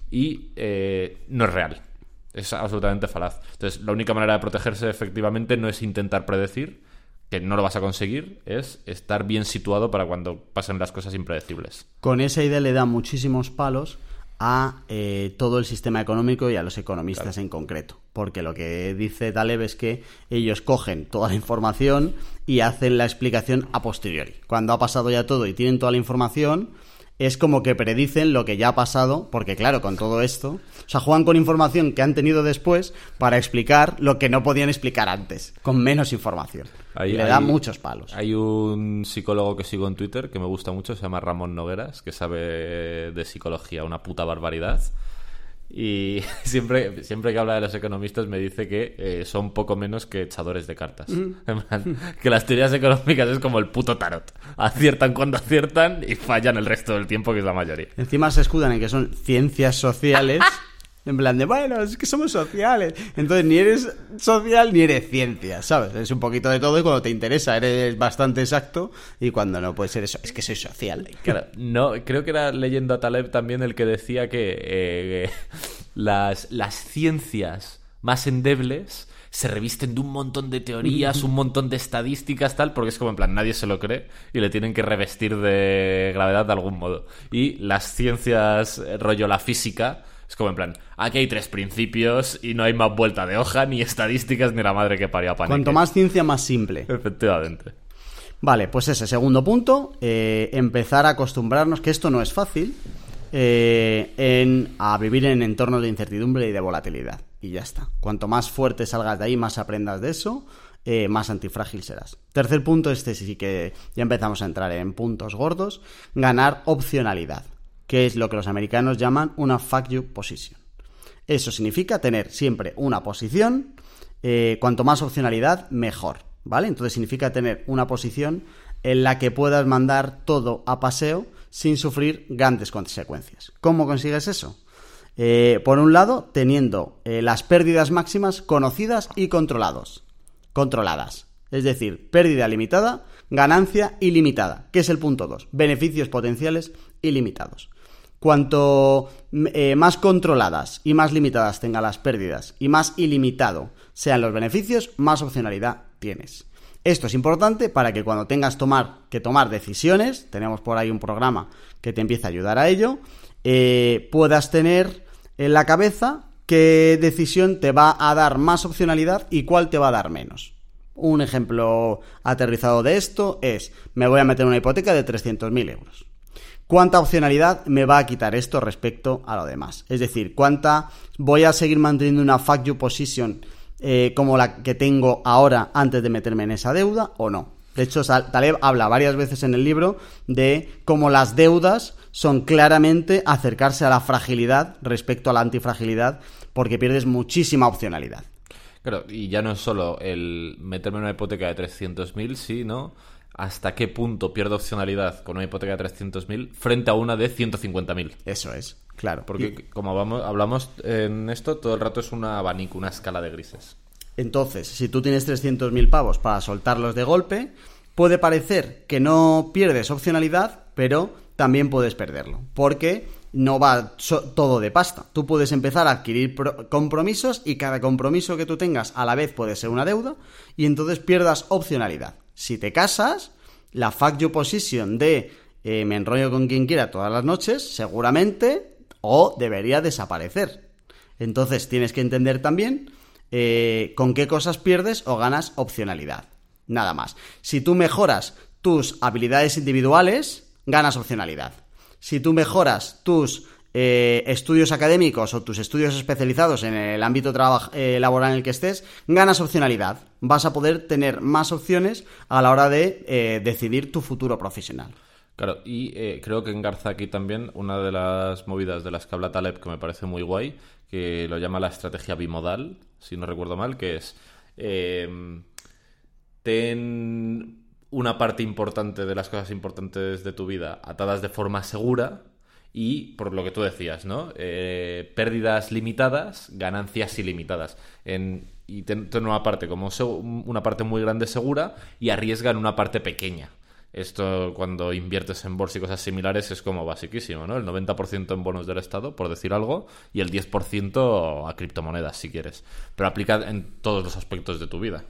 y eh, no es real. Es absolutamente falaz. Entonces, la única manera de protegerse efectivamente no es intentar predecir, que no lo vas a conseguir, es estar bien situado para cuando pasen las cosas impredecibles. Con esa idea le da muchísimos palos a eh, todo el sistema económico y a los economistas claro. en concreto. Porque lo que dice Taleb es que ellos cogen toda la información y hacen la explicación a posteriori. Cuando ha pasado ya todo y tienen toda la información... es como que predicen lo que ya ha pasado, porque claro, con todo esto, o sea, juegan con información que han tenido después para explicar lo que no podían explicar antes, con menos información. Hay, y le hay, da muchos palos. Hay un psicólogo que sigo en Twitter que me gusta mucho, se llama Ramón Nogueras, que sabe de psicología una puta barbaridad. Y siempre, siempre que habla de los economistas me dice que eh, son poco menos que echadores de cartas. Mm. Que las teorías económicas es como el puto tarot. Aciertan cuando aciertan y fallan el resto del tiempo, que es la mayoría. Encima se escudan en que son ciencias sociales. En plan de, bueno, es que somos sociales. Entonces ni eres social ni eres ciencia, ¿sabes? Es un poquito de todo y cuando te interesa eres bastante exacto y cuando no puedes ser eso, es que soy social. Claro, no, creo que era leyendo a Taleb también el que decía que eh, las, las ciencias más endebles se revisten de un montón de teorías, un montón de estadísticas, tal, porque es como en plan, nadie se lo cree y le tienen que revestir de gravedad de algún modo. Y las ciencias, rollo la física... es como en plan, aquí hay tres principios y no hay más vuelta de hoja, ni estadísticas, ni la madre que parió a Panique. Cuanto más ciencia, más simple. Efectivamente. Vale, pues ese segundo punto, eh, empezar a acostumbrarnos, que esto no es fácil, eh, en, a vivir en entornos de incertidumbre y de volatilidad. Y ya está. Cuanto más fuerte salgas de ahí, más aprendas de eso, eh, más antifrágil serás. Tercer punto, este sí que ya empezamos a entrar en puntos gordos, ganar opcionalidad, que es lo que los americanos llaman una fuck you position. Eso significa tener siempre una posición, eh, cuanto más opcionalidad, mejor, ¿vale? Entonces significa tener una posición en la que puedas mandar todo a paseo sin sufrir grandes consecuencias. ¿Cómo consigues eso? Eh, por un lado, teniendo eh, las pérdidas máximas conocidas y controlados, controladas. Es decir, pérdida limitada, ganancia ilimitada, que es el punto dos. Beneficios potenciales ilimitados. Cuanto eh, más controladas y más limitadas tengan las pérdidas y más ilimitado sean los beneficios, más opcionalidad tienes. Esto es importante para que cuando tengas tomar, que tomar decisiones, tenemos por ahí un programa que te empieza a ayudar a ello, eh, puedas tener en la cabeza qué decisión te va a dar más opcionalidad y cuál te va a dar menos. Un ejemplo aterrizado de esto es, me voy a meter una hipoteca de trescientos mil euros. ¿Cuánta opcionalidad me va a quitar esto respecto a lo demás? Es decir, ¿cuánta voy a seguir manteniendo una fuck you position eh, como la que tengo ahora antes de meterme en esa deuda o no? De hecho, Taleb habla varias veces en el libro de cómo las deudas son claramente acercarse a la fragilidad respecto a la antifragilidad porque pierdes muchísima opcionalidad. Claro, y ya no es solo el meterme en una hipoteca de trescientos mil, sino hasta qué punto pierdo opcionalidad con una hipoteca de trescientos mil frente a una de ciento cincuenta mil. Eso es. Claro. Porque Y- como vamos, hablamos en esto, todo el rato es un abanico, una escala de grises. Entonces, si tú tienes trescientos mil pavos para soltarlos de golpe, puede parecer que no pierdes opcionalidad, pero también puedes perderlo, porque no va so- todo de pasta. Tú puedes empezar a adquirir pro- compromisos y cada compromiso que tú tengas a la vez puede ser una deuda y entonces pierdas opcionalidad. Si te casas, la fuck you position de eh, me enrollo con quien quiera todas las noches, seguramente o debería desaparecer. Entonces tienes que entender también eh, con qué cosas pierdes o ganas opcionalidad. Nada más. Si tú mejoras tus habilidades individuales, ganas opcionalidad. Si tú mejoras tus eh, estudios académicos o tus estudios especializados en el ámbito traba- eh, laboral en el que estés, ganas opcionalidad. Vas a poder tener más opciones a la hora de eh, decidir tu futuro profesional. Claro, y eh, creo que engarza aquí también una de las movidas de las que habla Taleb que me parece muy guay, que lo llama la estrategia bimodal, si no recuerdo mal, que es eh, ten una parte importante de las cosas importantes de tu vida atadas de forma segura y, por lo que tú decías, ¿no? Eh, pérdidas limitadas, ganancias ilimitadas. En, y ten, ten una parte como se, una parte muy grande segura y arriesga en una parte pequeña. Esto, cuando inviertes en bolsa y cosas similares, es como basiquísimo, ¿no? El noventa por ciento en bonos del Estado, por decir algo, y el diez por ciento a criptomonedas, si quieres. Pero aplica en todos los aspectos de tu vida.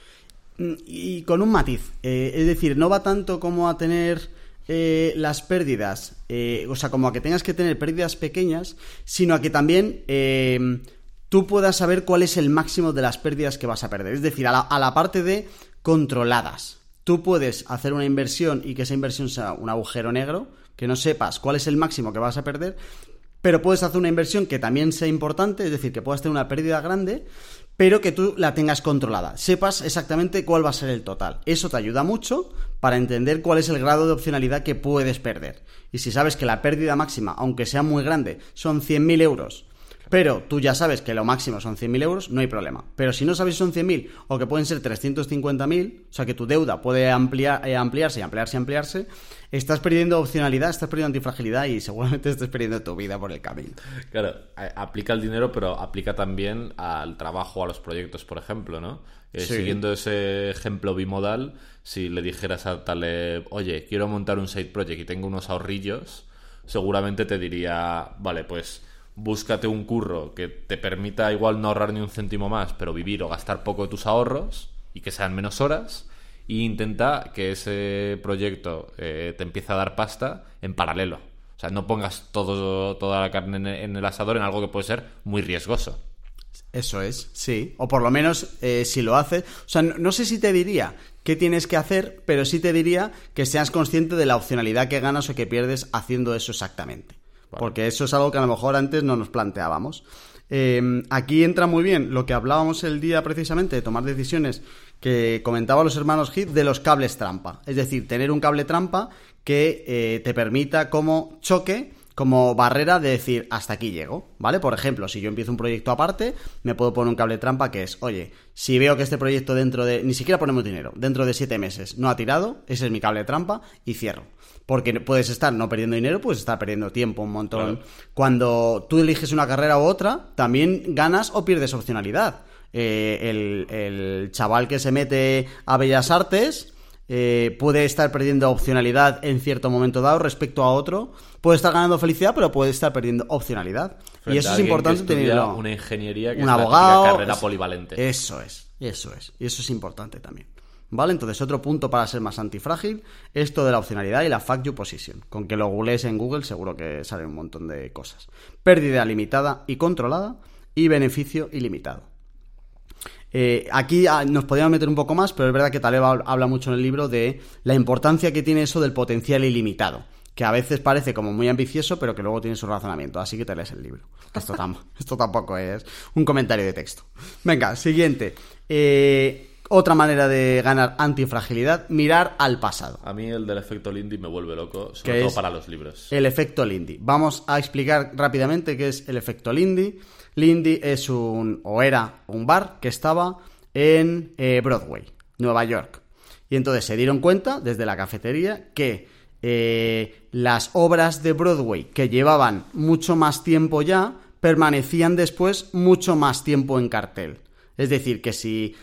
Y con un matiz, eh, es decir, no va tanto como a tener eh, las pérdidas, eh, o sea, como a que tengas que tener pérdidas pequeñas, sino a que también eh, tú puedas saber cuál es el máximo de las pérdidas que vas a perder. Es decir, a la, a la parte de controladas. Tú puedes hacer una inversión y que esa inversión sea un agujero negro, que no sepas cuál es el máximo que vas a perder, pero puedes hacer una inversión que también sea importante, es decir, que puedas tener una pérdida grande, pero que tú la tengas controlada, sepas exactamente cuál va a ser el total. Eso te ayuda mucho para entender cuál es el grado de opcionalidad que puedes perder. Y si sabes que la pérdida máxima, aunque sea muy grande, son cien mil euros, pero tú ya sabes que lo máximo son cien mil euros, no hay problema. Pero si no sabes si son cien mil o que pueden ser trescientos cincuenta mil, o sea que tu deuda puede ampliar, eh, ampliarse y ampliarse y ampliarse, estás perdiendo opcionalidad, estás perdiendo antifragilidad y seguramente estés perdiendo tu vida por el camino. Claro, a- aplica el dinero, pero aplica también al trabajo, a los proyectos, por ejemplo, ¿no? Eh, Sí. Siguiendo ese ejemplo bimodal, si le dijeras a Taleb, oye, quiero montar un side project y tengo unos ahorrillos, seguramente te diría, vale, pues búscate un curro que te permita igual no ahorrar ni un céntimo más, pero vivir o gastar poco de tus ahorros y que sean menos horas, e intenta que ese proyecto eh, te empiece a dar pasta en paralelo. O sea, no pongas todo, toda la carne en, en el asador en algo que puede ser muy riesgoso. Eso es, sí. O por lo menos eh, si lo haces. O sea, no, no sé si te diría qué tienes que hacer, pero sí te diría que seas consciente de la opcionalidad que ganas o que pierdes haciendo eso exactamente. Vale. Porque eso es algo que a lo mejor antes no nos planteábamos. Eh, aquí entra muy bien lo que hablábamos el día precisamente de tomar decisiones que comentaban los hermanos Heath de los cables trampa. Es decir, tener un cable trampa que eh, te permita como choque, como barrera de decir hasta aquí llego, ¿vale? Por ejemplo, si yo empiezo un proyecto aparte, me puedo poner un cable trampa que es, oye, si veo que este proyecto dentro de, ni siquiera ponemos dinero, dentro de siete meses no ha tirado, ese es mi cable trampa y cierro. Porque puedes estar no perdiendo dinero, puedes estar perdiendo tiempo un montón. Claro. Cuando tú eliges una carrera u otra, también ganas o pierdes opcionalidad. Eh, el, el chaval que se mete a Bellas Artes eh, puede estar perdiendo opcionalidad en cierto momento dado respecto a otro. Puede estar ganando felicidad, pero puede estar perdiendo opcionalidad. Frente y eso es importante tenerlo. Una ingeniería que un es abogado, la carrera es, polivalente. Eso es, eso es. Y eso es importante también. ¿Vale? Entonces, otro punto para ser más antifrágil, esto de la opcionalidad y la fuck you position. Con que lo googlees en Google seguro que sale un montón de cosas. Pérdida limitada y controlada y beneficio ilimitado. Eh, aquí nos podríamos meter un poco más, pero es verdad que Taleb habla mucho en el libro de la importancia que tiene eso del potencial ilimitado, que a veces parece como muy ambicioso, pero que luego tiene su razonamiento, así que te lees el libro. Esto, tam- esto tampoco es un comentario de texto. Venga, siguiente. Eh... Otra manera de ganar antifragilidad, mirar al pasado. A mí el del efecto Lindy me vuelve loco, sobre todo para los libros. El efecto Lindy. Vamos a explicar rápidamente qué es el efecto Lindy. Lindy es un, o era un bar que estaba en eh, Broadway, Nueva York. Y entonces se dieron cuenta, desde la cafetería, que eh, las obras de Broadway que llevaban mucho más tiempo ya, permanecían después mucho más tiempo en cartel. Es decir, que si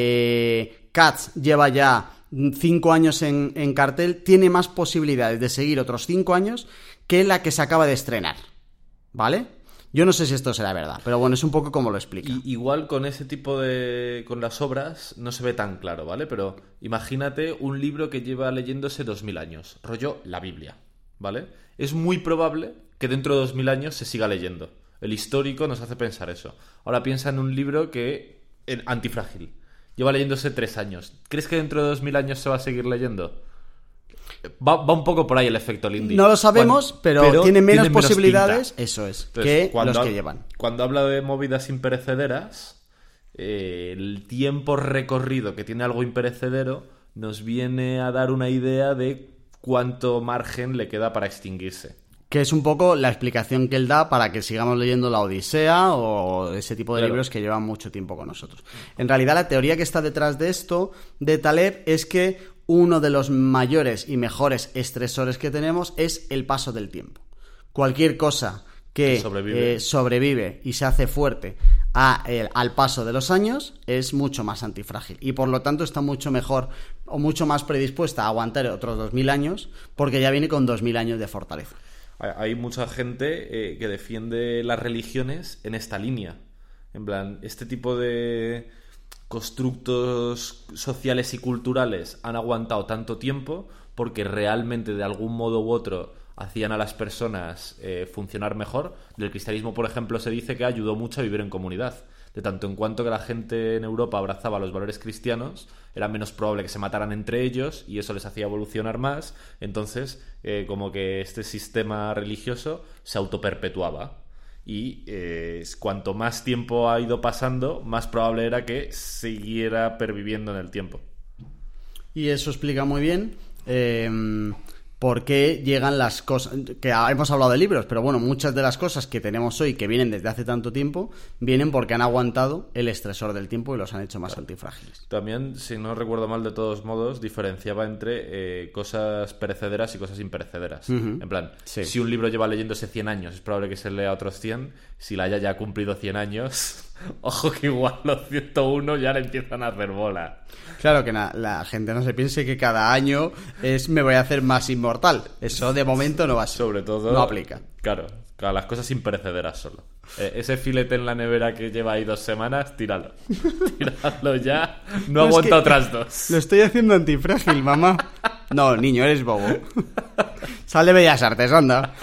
eh, Cats lleva ya cinco años en, en cartel, tiene más posibilidades de seguir otros cinco años que la que se acaba de estrenar, ¿vale? Yo no sé si esto será verdad, pero bueno, es un poco como lo explica. Y, igual con ese tipo de... con las obras no se ve tan claro, ¿vale? Pero imagínate un libro que lleva leyéndose dos mil años, rollo la Biblia, ¿vale? Es muy probable que dentro de dos mil años se siga leyendo. El histórico nos hace pensar eso. Ahora piensa en un libro que... en Antifrágil. Lleva leyéndose tres años. ¿Crees que dentro de dos mil años se va a seguir leyendo? Va, va un poco por ahí el efecto Lindy. No lo sabemos, cuando, pero, pero tiene menos tiene posibilidades, menos eso es, Entonces, que cuando, los que llevan. Cuando habla de movidas imperecederas, eh, el tiempo recorrido que tiene algo imperecedero nos viene a dar una idea de cuánto margen le queda para extinguirse. Que es un poco la explicación que él da para que sigamos leyendo la Odisea o ese tipo de claro. libros que llevan mucho tiempo con nosotros. En realidad, la teoría que está detrás de esto, de Taleb, es que uno de los mayores y mejores estresores que tenemos es el paso del tiempo. Cualquier cosa que sobrevive, eh, sobrevive y se hace fuerte a, eh, al paso de los años es mucho más antifrágil y por lo tanto está mucho mejor o mucho más predispuesta a aguantar otros dos mil años porque ya viene con dos mil años de fortaleza. Hay mucha gente eh, que defiende las religiones en esta línea. En plan, este tipo de constructos sociales y culturales han aguantado tanto tiempo porque realmente de algún modo u otro hacían a las personas eh, funcionar mejor. Del cristianismo, por ejemplo, se dice que ayudó mucho a vivir en comunidad. De tanto en cuanto que la gente en Europa abrazaba los valores cristianos, era menos probable que se mataran entre ellos y eso les hacía evolucionar más. Entonces, eh, como que este sistema religioso se autoperpetuaba. Y eh, cuanto más tiempo ha ido pasando, más probable era que siguiera perviviendo en el tiempo. Y eso explica muy bien eh, por qué llegan las cosas... Que hemos hablado de libros, pero bueno, muchas de las cosas que tenemos hoy, que vienen desde hace tanto tiempo, vienen porque han aguantado el estresor del tiempo y los han hecho más claro. antifrágiles. También, si no recuerdo mal, de todos modos, diferenciaba entre eh, cosas perecederas y cosas imperecederas. Uh-huh. En plan, sí. Si un libro lleva leyéndose cien años, es probable que se lea otros cien. Si la haya ya cumplido cien años... Ojo que igual los ciento uno ya le empiezan a hacer bola. Claro que na, la gente no se piense que cada año es me voy a hacer más inmortal. Eso de momento no va a ser. Sobre todo... No aplica. Claro, claro, las cosas imperecederas solo. Eh, ese filete en la nevera que lleva ahí dos semanas, tíralo. Tíralo ya. No, no aguanta es otras dos. Lo estoy haciendo antifrágil, mamá. No, niño, eres bobo. Sal de Bellas Artes, anda.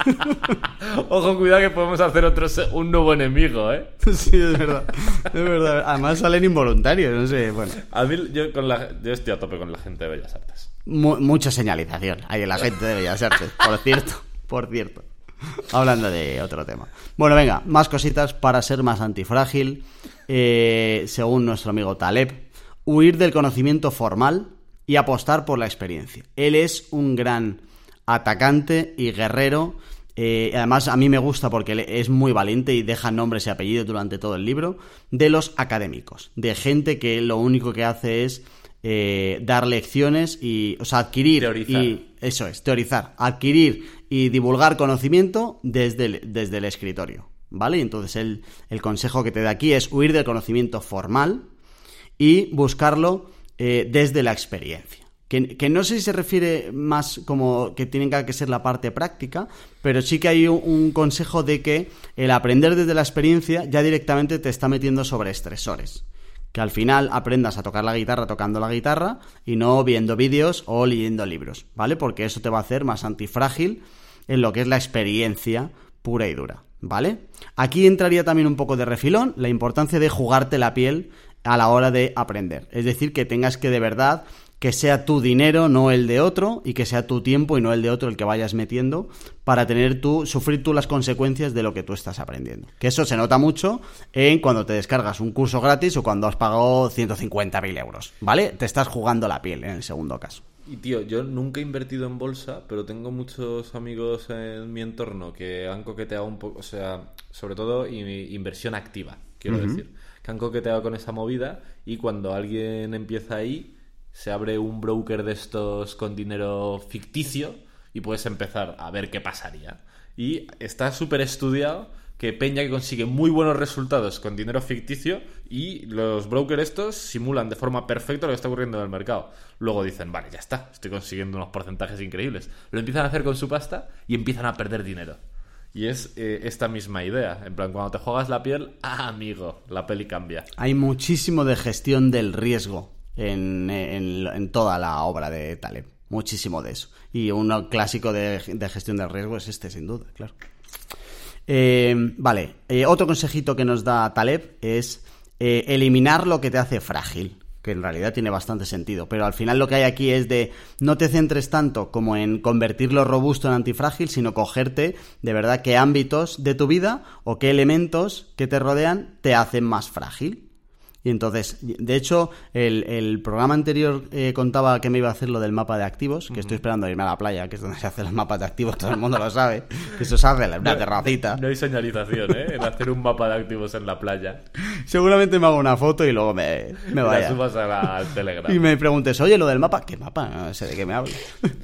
Ojo, cuidado que podemos hacer otro, un nuevo enemigo, ¿eh? Sí, es verdad. Es verdad. Además salen involuntarios, no sé, bueno. A mí, yo, con la, yo estoy a tope con la gente de Bellas Artes. Mu- mucha señalización hay en la gente de Bellas Artes, por cierto. Por cierto. Hablando de otro tema. Bueno, venga, más cositas para ser más antifrágil. Eh, según nuestro amigo Taleb, huir del conocimiento formal y apostar por la experiencia. Él es un gran atacante y guerrero. Eh, además, a mí me gusta porque es muy valiente y deja nombres y apellidos durante todo el libro. De los académicos, de gente que lo único que hace es eh, dar lecciones y, o sea, adquirir teorizar. Y eso es, teorizar, adquirir y divulgar conocimiento desde el, desde el escritorio, ¿vale? Y entonces el, el consejo que te da aquí es huir del conocimiento formal y buscarlo eh, desde la experiencia. Que, que no sé si se refiere más como que tiene que ser la parte práctica, pero sí que hay un, un consejo de que el aprender desde la experiencia ya directamente te está metiendo sobre estresores. Que al final aprendas a tocar la guitarra tocando la guitarra y no viendo vídeos o leyendo libros, ¿vale? Porque eso te va a hacer más antifrágil en lo que es la experiencia pura y dura, ¿vale? Aquí entraría también un poco de refilón la importancia de jugarte la piel a la hora de aprender. Es decir, que tengas que de verdad... que sea tu dinero, no el de otro, y que sea tu tiempo y no el de otro el que vayas metiendo para tener tú, sufrir tú las consecuencias de lo que tú estás aprendiendo. Que eso se nota mucho en cuando te descargas un curso gratis o cuando has pagado ciento cincuenta mil euros, ¿vale? Te estás jugando la piel en el segundo caso. Y tío, yo nunca he invertido en bolsa, pero tengo muchos amigos en mi entorno que han coqueteado un poco, o sea, sobre todo inversión activa, quiero uh-huh. decir, que han coqueteado con esa movida y cuando alguien empieza ahí... se abre un broker de estos con dinero ficticio y puedes empezar a ver qué pasaría. Y está súper estudiado que peña que consigue muy buenos resultados con dinero ficticio y los brokers estos simulan de forma perfecta lo que está ocurriendo en el mercado. Luego dicen, vale, ya está, estoy consiguiendo unos porcentajes increíbles. Lo empiezan a hacer con su pasta y empiezan a perder dinero. Y es eh, esta misma idea. En plan, cuando te juegas la piel, ah, amigo, la peli cambia. Hay muchísimo de gestión del riesgo en, en, en toda la obra de Taleb. Muchísimo de eso. Y uno clásico de, de gestión del riesgo es este, sin duda, claro. Eh, vale, eh, otro consejito que nos da Taleb es eh, eliminar lo que te hace frágil, que en realidad tiene bastante sentido, pero al final lo que hay aquí es de no te centres tanto como en convertirlo robusto en antifrágil, sino cogerte de verdad qué ámbitos de tu vida o qué elementos que te rodean te hacen más frágil. Y entonces, de hecho, el, el programa anterior eh, contaba que me iba a hacer lo del mapa de activos, que uh-huh. estoy esperando a irme a la playa, que es donde se hacen los mapas de activos, todo el mundo lo sabe, que eso se hace en una terracita. No hay señalización, ¿eh? En hacer un mapa de activos en la playa. Seguramente me hago una foto y luego me, me vaya. La subas a la, al Telegram. Y me preguntes, oye, lo del mapa, ¿qué mapa? No sé de qué me hablas.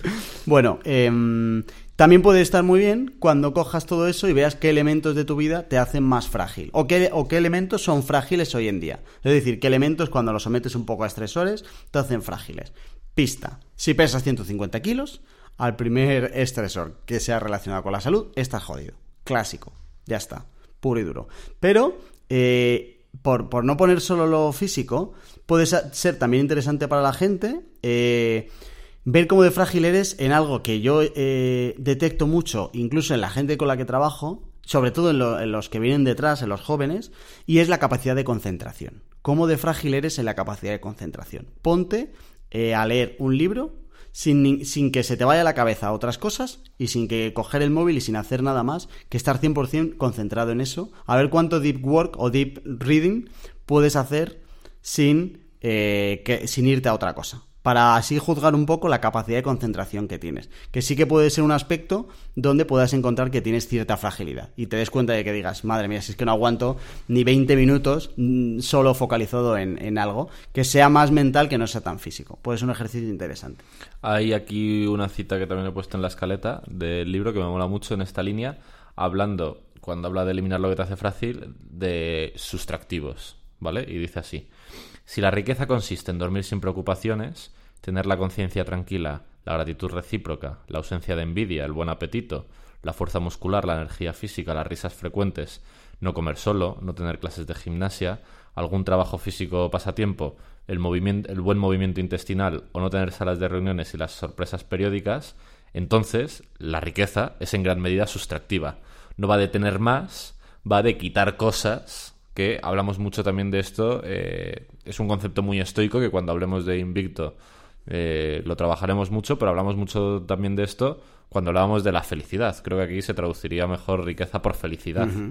Bueno, eh... también puede estar muy bien cuando cojas todo eso y veas qué elementos de tu vida te hacen más frágil o qué, o qué elementos son frágiles hoy en día. Es decir, qué elementos cuando los sometes un poco a estresores te hacen frágiles. Pista, si pesas ciento cincuenta kilos, al primer estresor que sea relacionado con la salud, estás jodido. Clásico, ya está, puro y duro. Pero, eh, por, por no poner solo lo físico, puede ser también interesante para la gente... Eh, ver cómo de frágil eres en algo que yo eh, detecto mucho, incluso en la gente con la que trabajo, sobre todo en, lo, en los que vienen detrás, en los jóvenes, y es la capacidad de concentración. Cómo de frágil eres en la capacidad de concentración. Ponte eh, a leer un libro sin, sin que se te vaya a la cabeza otras cosas y sin que coger el móvil y sin hacer nada más que estar cien por ciento concentrado en eso. A ver cuánto deep work o deep reading puedes hacer sin, eh, que, sin irte a otra cosa, para así juzgar un poco la capacidad de concentración que tienes. Que sí que puede ser un aspecto donde puedas encontrar que tienes cierta fragilidad y te des cuenta de que digas, madre mía, si es que no aguanto ni veinte minutos solo focalizado en, en algo, que sea más mental que no sea tan físico. Pues es un ejercicio interesante. Hay aquí una cita que también he puesto en la escaleta del libro que me mola mucho en esta línea, hablando, cuando habla de eliminar lo que te hace frágil, de sustractivos, ¿vale? Y dice así: si la riqueza consiste en dormir sin preocupaciones, tener la conciencia tranquila, la gratitud recíproca, la ausencia de envidia, el buen apetito, la fuerza muscular, la energía física, las risas frecuentes, no comer solo, no tener clases de gimnasia, algún trabajo físico o pasatiempo, el, movimiento, el buen movimiento intestinal o no tener salas de reuniones y las sorpresas periódicas, entonces la riqueza es en gran medida sustractiva. No va de tener más, va de quitar cosas, que hablamos mucho también de esto. Eh, es un concepto muy estoico que cuando hablemos de Invicto eh, lo trabajaremos mucho, pero hablamos mucho también de esto cuando hablábamos de la felicidad. Creo que aquí se traduciría mejor riqueza por felicidad. Uh-huh.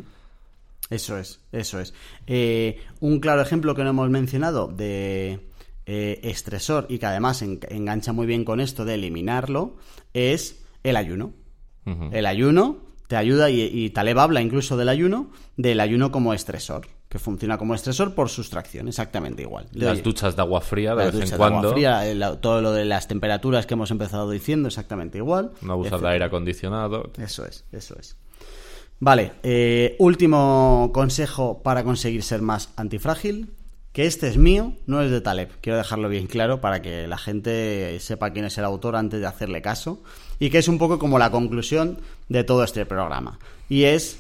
Eso es, eso es. Eh, un claro ejemplo que no hemos mencionado de eh, estresor y que además en, engancha muy bien con esto de eliminarlo es el ayuno. Uh-huh. El ayuno te ayuda, y, y Taleb habla incluso del ayuno, del ayuno como estresor, que funciona como estresor por sustracción, exactamente igual. Las duchas de agua fría de las vez en de cuando. Agua fría, el, todo lo de las temperaturas que hemos empezado diciendo, exactamente igual. No abusar de aire acondicionado. Eso es, eso es. Vale, eh, último consejo para conseguir ser más antifrágil, que este es mío, no es de Taleb. Quiero dejarlo bien claro para que la gente sepa quién es el autor antes de hacerle caso, y que es un poco como la conclusión de todo este programa. Y es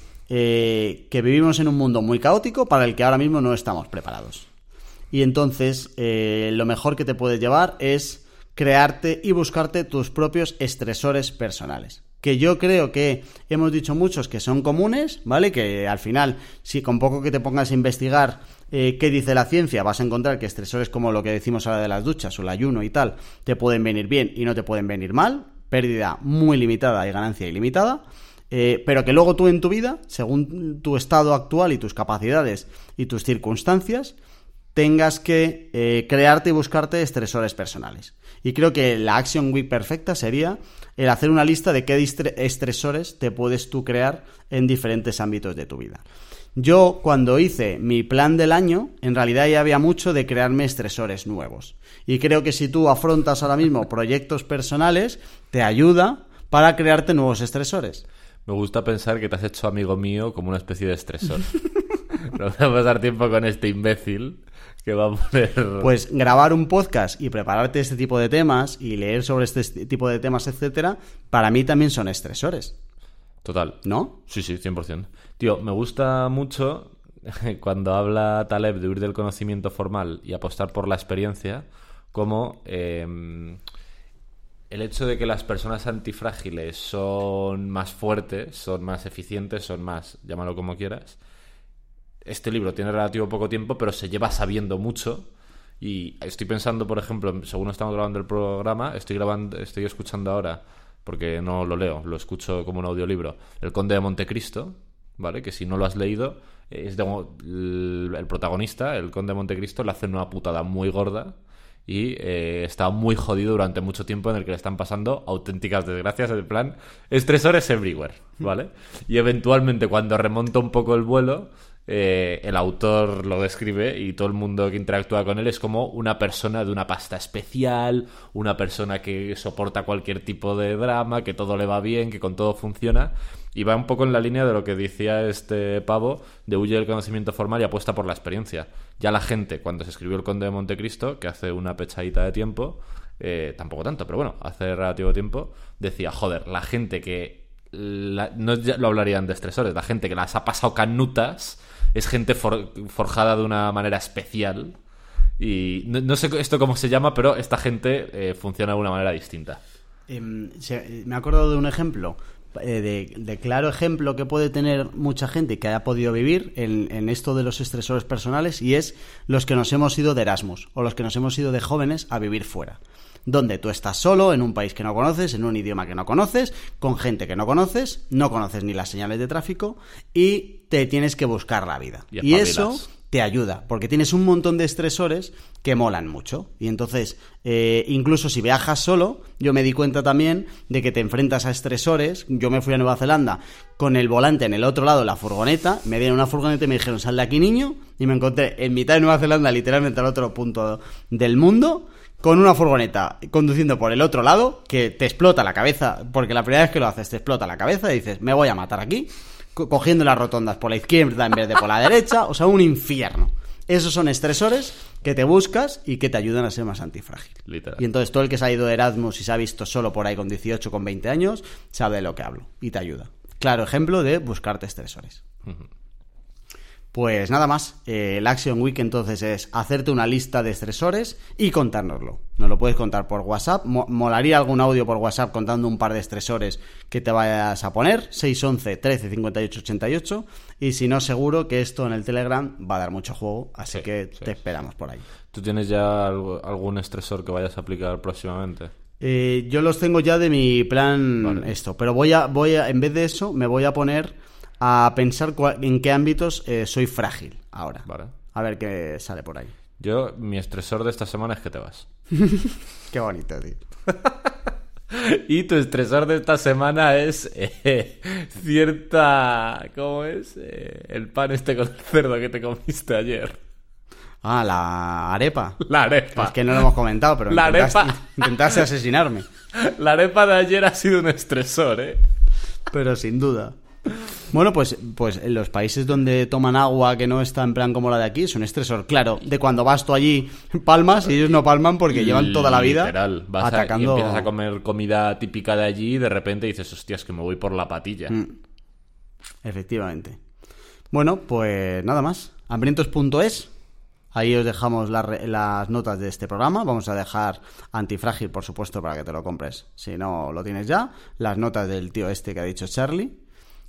eh, que vivimos en un mundo muy caótico para el que ahora mismo no estamos preparados. Y entonces eh, lo mejor que te puedes llevar es crearte y buscarte tus propios estresores personales. Que yo creo que hemos dicho muchos que son comunes, ¿vale? Que al final, si con poco que te pongas a investigar eh, qué dice la ciencia, vas a encontrar que estresores como lo que decimos ahora de las duchas o el ayuno y tal, te pueden venir bien y no te pueden venir mal, pérdida muy limitada y ganancia ilimitada, eh, pero que luego tú en tu vida, según tu estado actual y tus capacidades y tus circunstancias, tengas que eh, crearte y buscarte estresores personales. Y creo que la Action Week perfecta sería el hacer una lista de qué estresores te puedes tú crear en diferentes ámbitos de tu vida. Yo, cuando hice mi plan del año, en realidad ya había mucho de crearme estresores nuevos. Y creo que si tú afrontas ahora mismo proyectos personales, te ayuda para crearte nuevos estresores. Me gusta pensar que te has hecho amigo mío como una especie de estresor. No voy a pasar tiempo con este imbécil que va a poner... Pues grabar un podcast y prepararte este tipo de temas y leer sobre este tipo de temas, etcétera, para mí también son estresores. Total. ¿No? Sí, sí, cien por ciento. Tío, me gusta mucho cuando habla Taleb de huir del conocimiento formal y apostar por la experiencia, como eh, el hecho de que las personas antifrágiles son más fuertes, son más eficientes, son más, llámalo como quieras. Este libro tiene relativo poco tiempo, pero se lleva sabiendo mucho. Y estoy pensando, por ejemplo, según estamos grabando el programa, estoy grabando, estoy escuchando ahora, porque no lo leo, lo escucho como un audiolibro, El Conde de Montecristo, ¿vale? Que si no lo has leído, es de, el, el protagonista, el Conde de Montecristo, le hace una putada muy gorda y eh, está muy jodido durante mucho tiempo, en el que le están pasando auténticas desgracias, en plan estresores everywhere, ¿vale? Y eventualmente, cuando remonta un poco el vuelo, eh, el autor lo describe y todo el mundo que interactúa con él es como una persona de una pasta especial, una persona que soporta cualquier tipo de drama, que todo le va bien, que con todo funciona. Y va un poco en la línea de lo que decía este pavo, de huye del conocimiento formal y apuesta por la experiencia. Ya la gente, cuando se escribió El Conde de Montecristo, que hace una pechadita de tiempo, eh, tampoco tanto, pero bueno, hace relativo tiempo, decía, joder, la gente que... La, no ya lo hablarían de estresores, la gente que las ha pasado canutas es gente for, forjada de una manera especial. Y no, no sé esto cómo se llama, pero esta gente eh, funciona de una manera distinta. Eh, me he acordado de un ejemplo... De, de claro ejemplo que puede tener mucha gente que haya podido vivir en, en esto de los estresores personales, y es los que nos hemos ido de Erasmus o los que nos hemos ido de jóvenes a vivir fuera, donde tú estás solo en un país que no conoces, en un idioma que no conoces, con gente que no conoces, no conoces ni las señales de tráfico y te tienes que buscar la vida. Y, y eso te ayuda, porque tienes un montón de estresores que molan mucho. Y entonces, eh, incluso si viajas solo, yo me di cuenta también de que te enfrentas a estresores. Yo me fui a Nueva Zelanda con el volante en el otro lado de la furgoneta, me dieron una furgoneta y me dijeron, sal de aquí, niño, y me encontré en mitad de Nueva Zelanda, literalmente al otro punto del mundo, con una furgoneta conduciendo por el otro lado, que te explota la cabeza, porque la primera vez que lo haces te explota la cabeza y dices, me voy a matar aquí, cogiendo las rotondas por la izquierda en vez de por la derecha, o sea, un infierno. Esos son estresores que te buscas y que te ayudan a ser más antifrágil. Literal. Y entonces todo el que se ha ido de Erasmus y se ha visto solo por ahí con dieciocho, con veinte años, sabe de lo que hablo y te ayuda. Claro ejemplo de buscarte estresores. Uh-huh. Pues nada más, eh, el Action Week entonces es hacerte una lista de estresores y contárnoslo. Nos lo puedes contar por WhatsApp. Mo- molaría algún audio por WhatsApp contando un par de estresores que te vayas a poner. seis once trece cincuenta y ocho ochenta y ocho. Y si no, seguro que esto en el Telegram va a dar mucho juego. Así sí, que sí, te esperamos por ahí. ¿Tú tienes ya algo, algún estresor que vayas a aplicar próximamente? Eh, yo los tengo ya de mi plan, vale. Esto. Pero voy a, voy a, en vez de eso, me voy a poner a pensar cuál, en qué ámbitos eh, soy frágil ahora. Vale. A ver qué sale por ahí. Yo, mi estresor de esta semana es que te vas. Qué bonito, tío. Y tu estresor de esta semana es eh, cierta... ¿Cómo es? Eh, el pan este con el cerdo que te comiste ayer. Ah, la arepa. La arepa. Es que no lo hemos comentado, pero la intentaste, arepa. intentaste asesinarme. La arepa de ayer ha sido un estresor, ¿eh? Pero sin duda. Bueno, pues, pues en los países donde toman agua que no está en plan como la de aquí, es un estresor, claro, de cuando vas tú allí palmas y ellos no palman porque llevan toda la vida literal, vas atacando. A, y empiezas a comer comida típica de allí y de repente dices, hostias, que me voy por la patilla. Mm. Efectivamente. Bueno, pues nada más. hambrientos punto es. Ahí os dejamos la re- las notas de este programa. Vamos a dejar Antifrágil, por supuesto, para que te lo compres. Si no lo tienes ya. Las notas del tío este que ha dicho Charlie.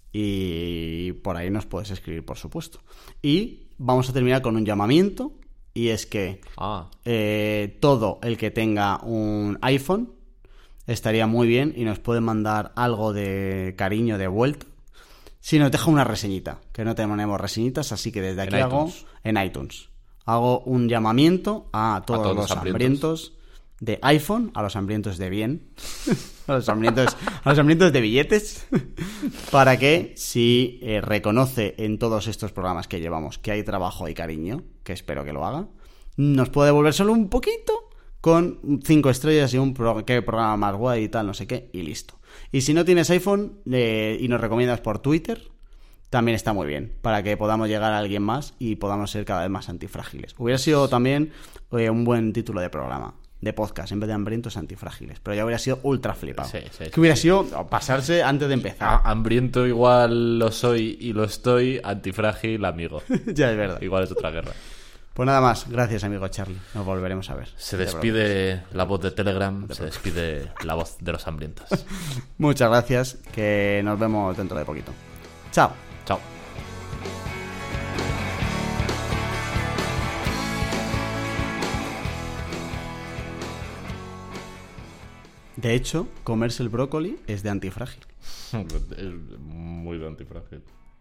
Y por ahí nos puedes escribir, por supuesto. Y vamos a terminar con un llamamiento. Y es que ah. eh, todo el que tenga un iPhone estaría muy bien y nos puede mandar algo de cariño de vuelta. Si nos deja una reseñita, que no tenemos reseñitas, así que desde aquí en hago iTunes. en iTunes. Hago un llamamiento a todos, a todos los hambrientos. hambrientos de iPhone, a los hambrientos de bien, a los hambrientos, a los hambrientos de billetes, para que si eh, reconoce en todos estos programas que llevamos que hay trabajo y cariño, que espero que lo haga, nos puede devolver solo un poquito, con cinco estrellas y un pro- qué programa más guay y tal, no sé qué, y listo. Y si no tienes iPhone eh, y nos recomiendas por Twitter, también está muy bien, para que podamos llegar a alguien más y podamos ser cada vez más antifrágiles. Hubiera sido también eh, un buen título de programa, de podcast, en vez de hambrientos antifrágiles, pero ya hubiera sido ultra flipado. Sí, sí, sí, que hubiera sí. sido pasarse antes de empezar. Ah, hambriento igual lo soy y lo estoy, antifrágil amigo. Ya es verdad. Igual es otra guerra. Pues nada más, gracias amigo Charlie, nos volveremos a ver. Se despide la voz de Telegram, se despide la voz de los hambrientos. Muchas gracias, que nos vemos dentro de poquito. Chao. Chao. De hecho, comerse el brócoli es de antifrágil. Es muy de antifrágil.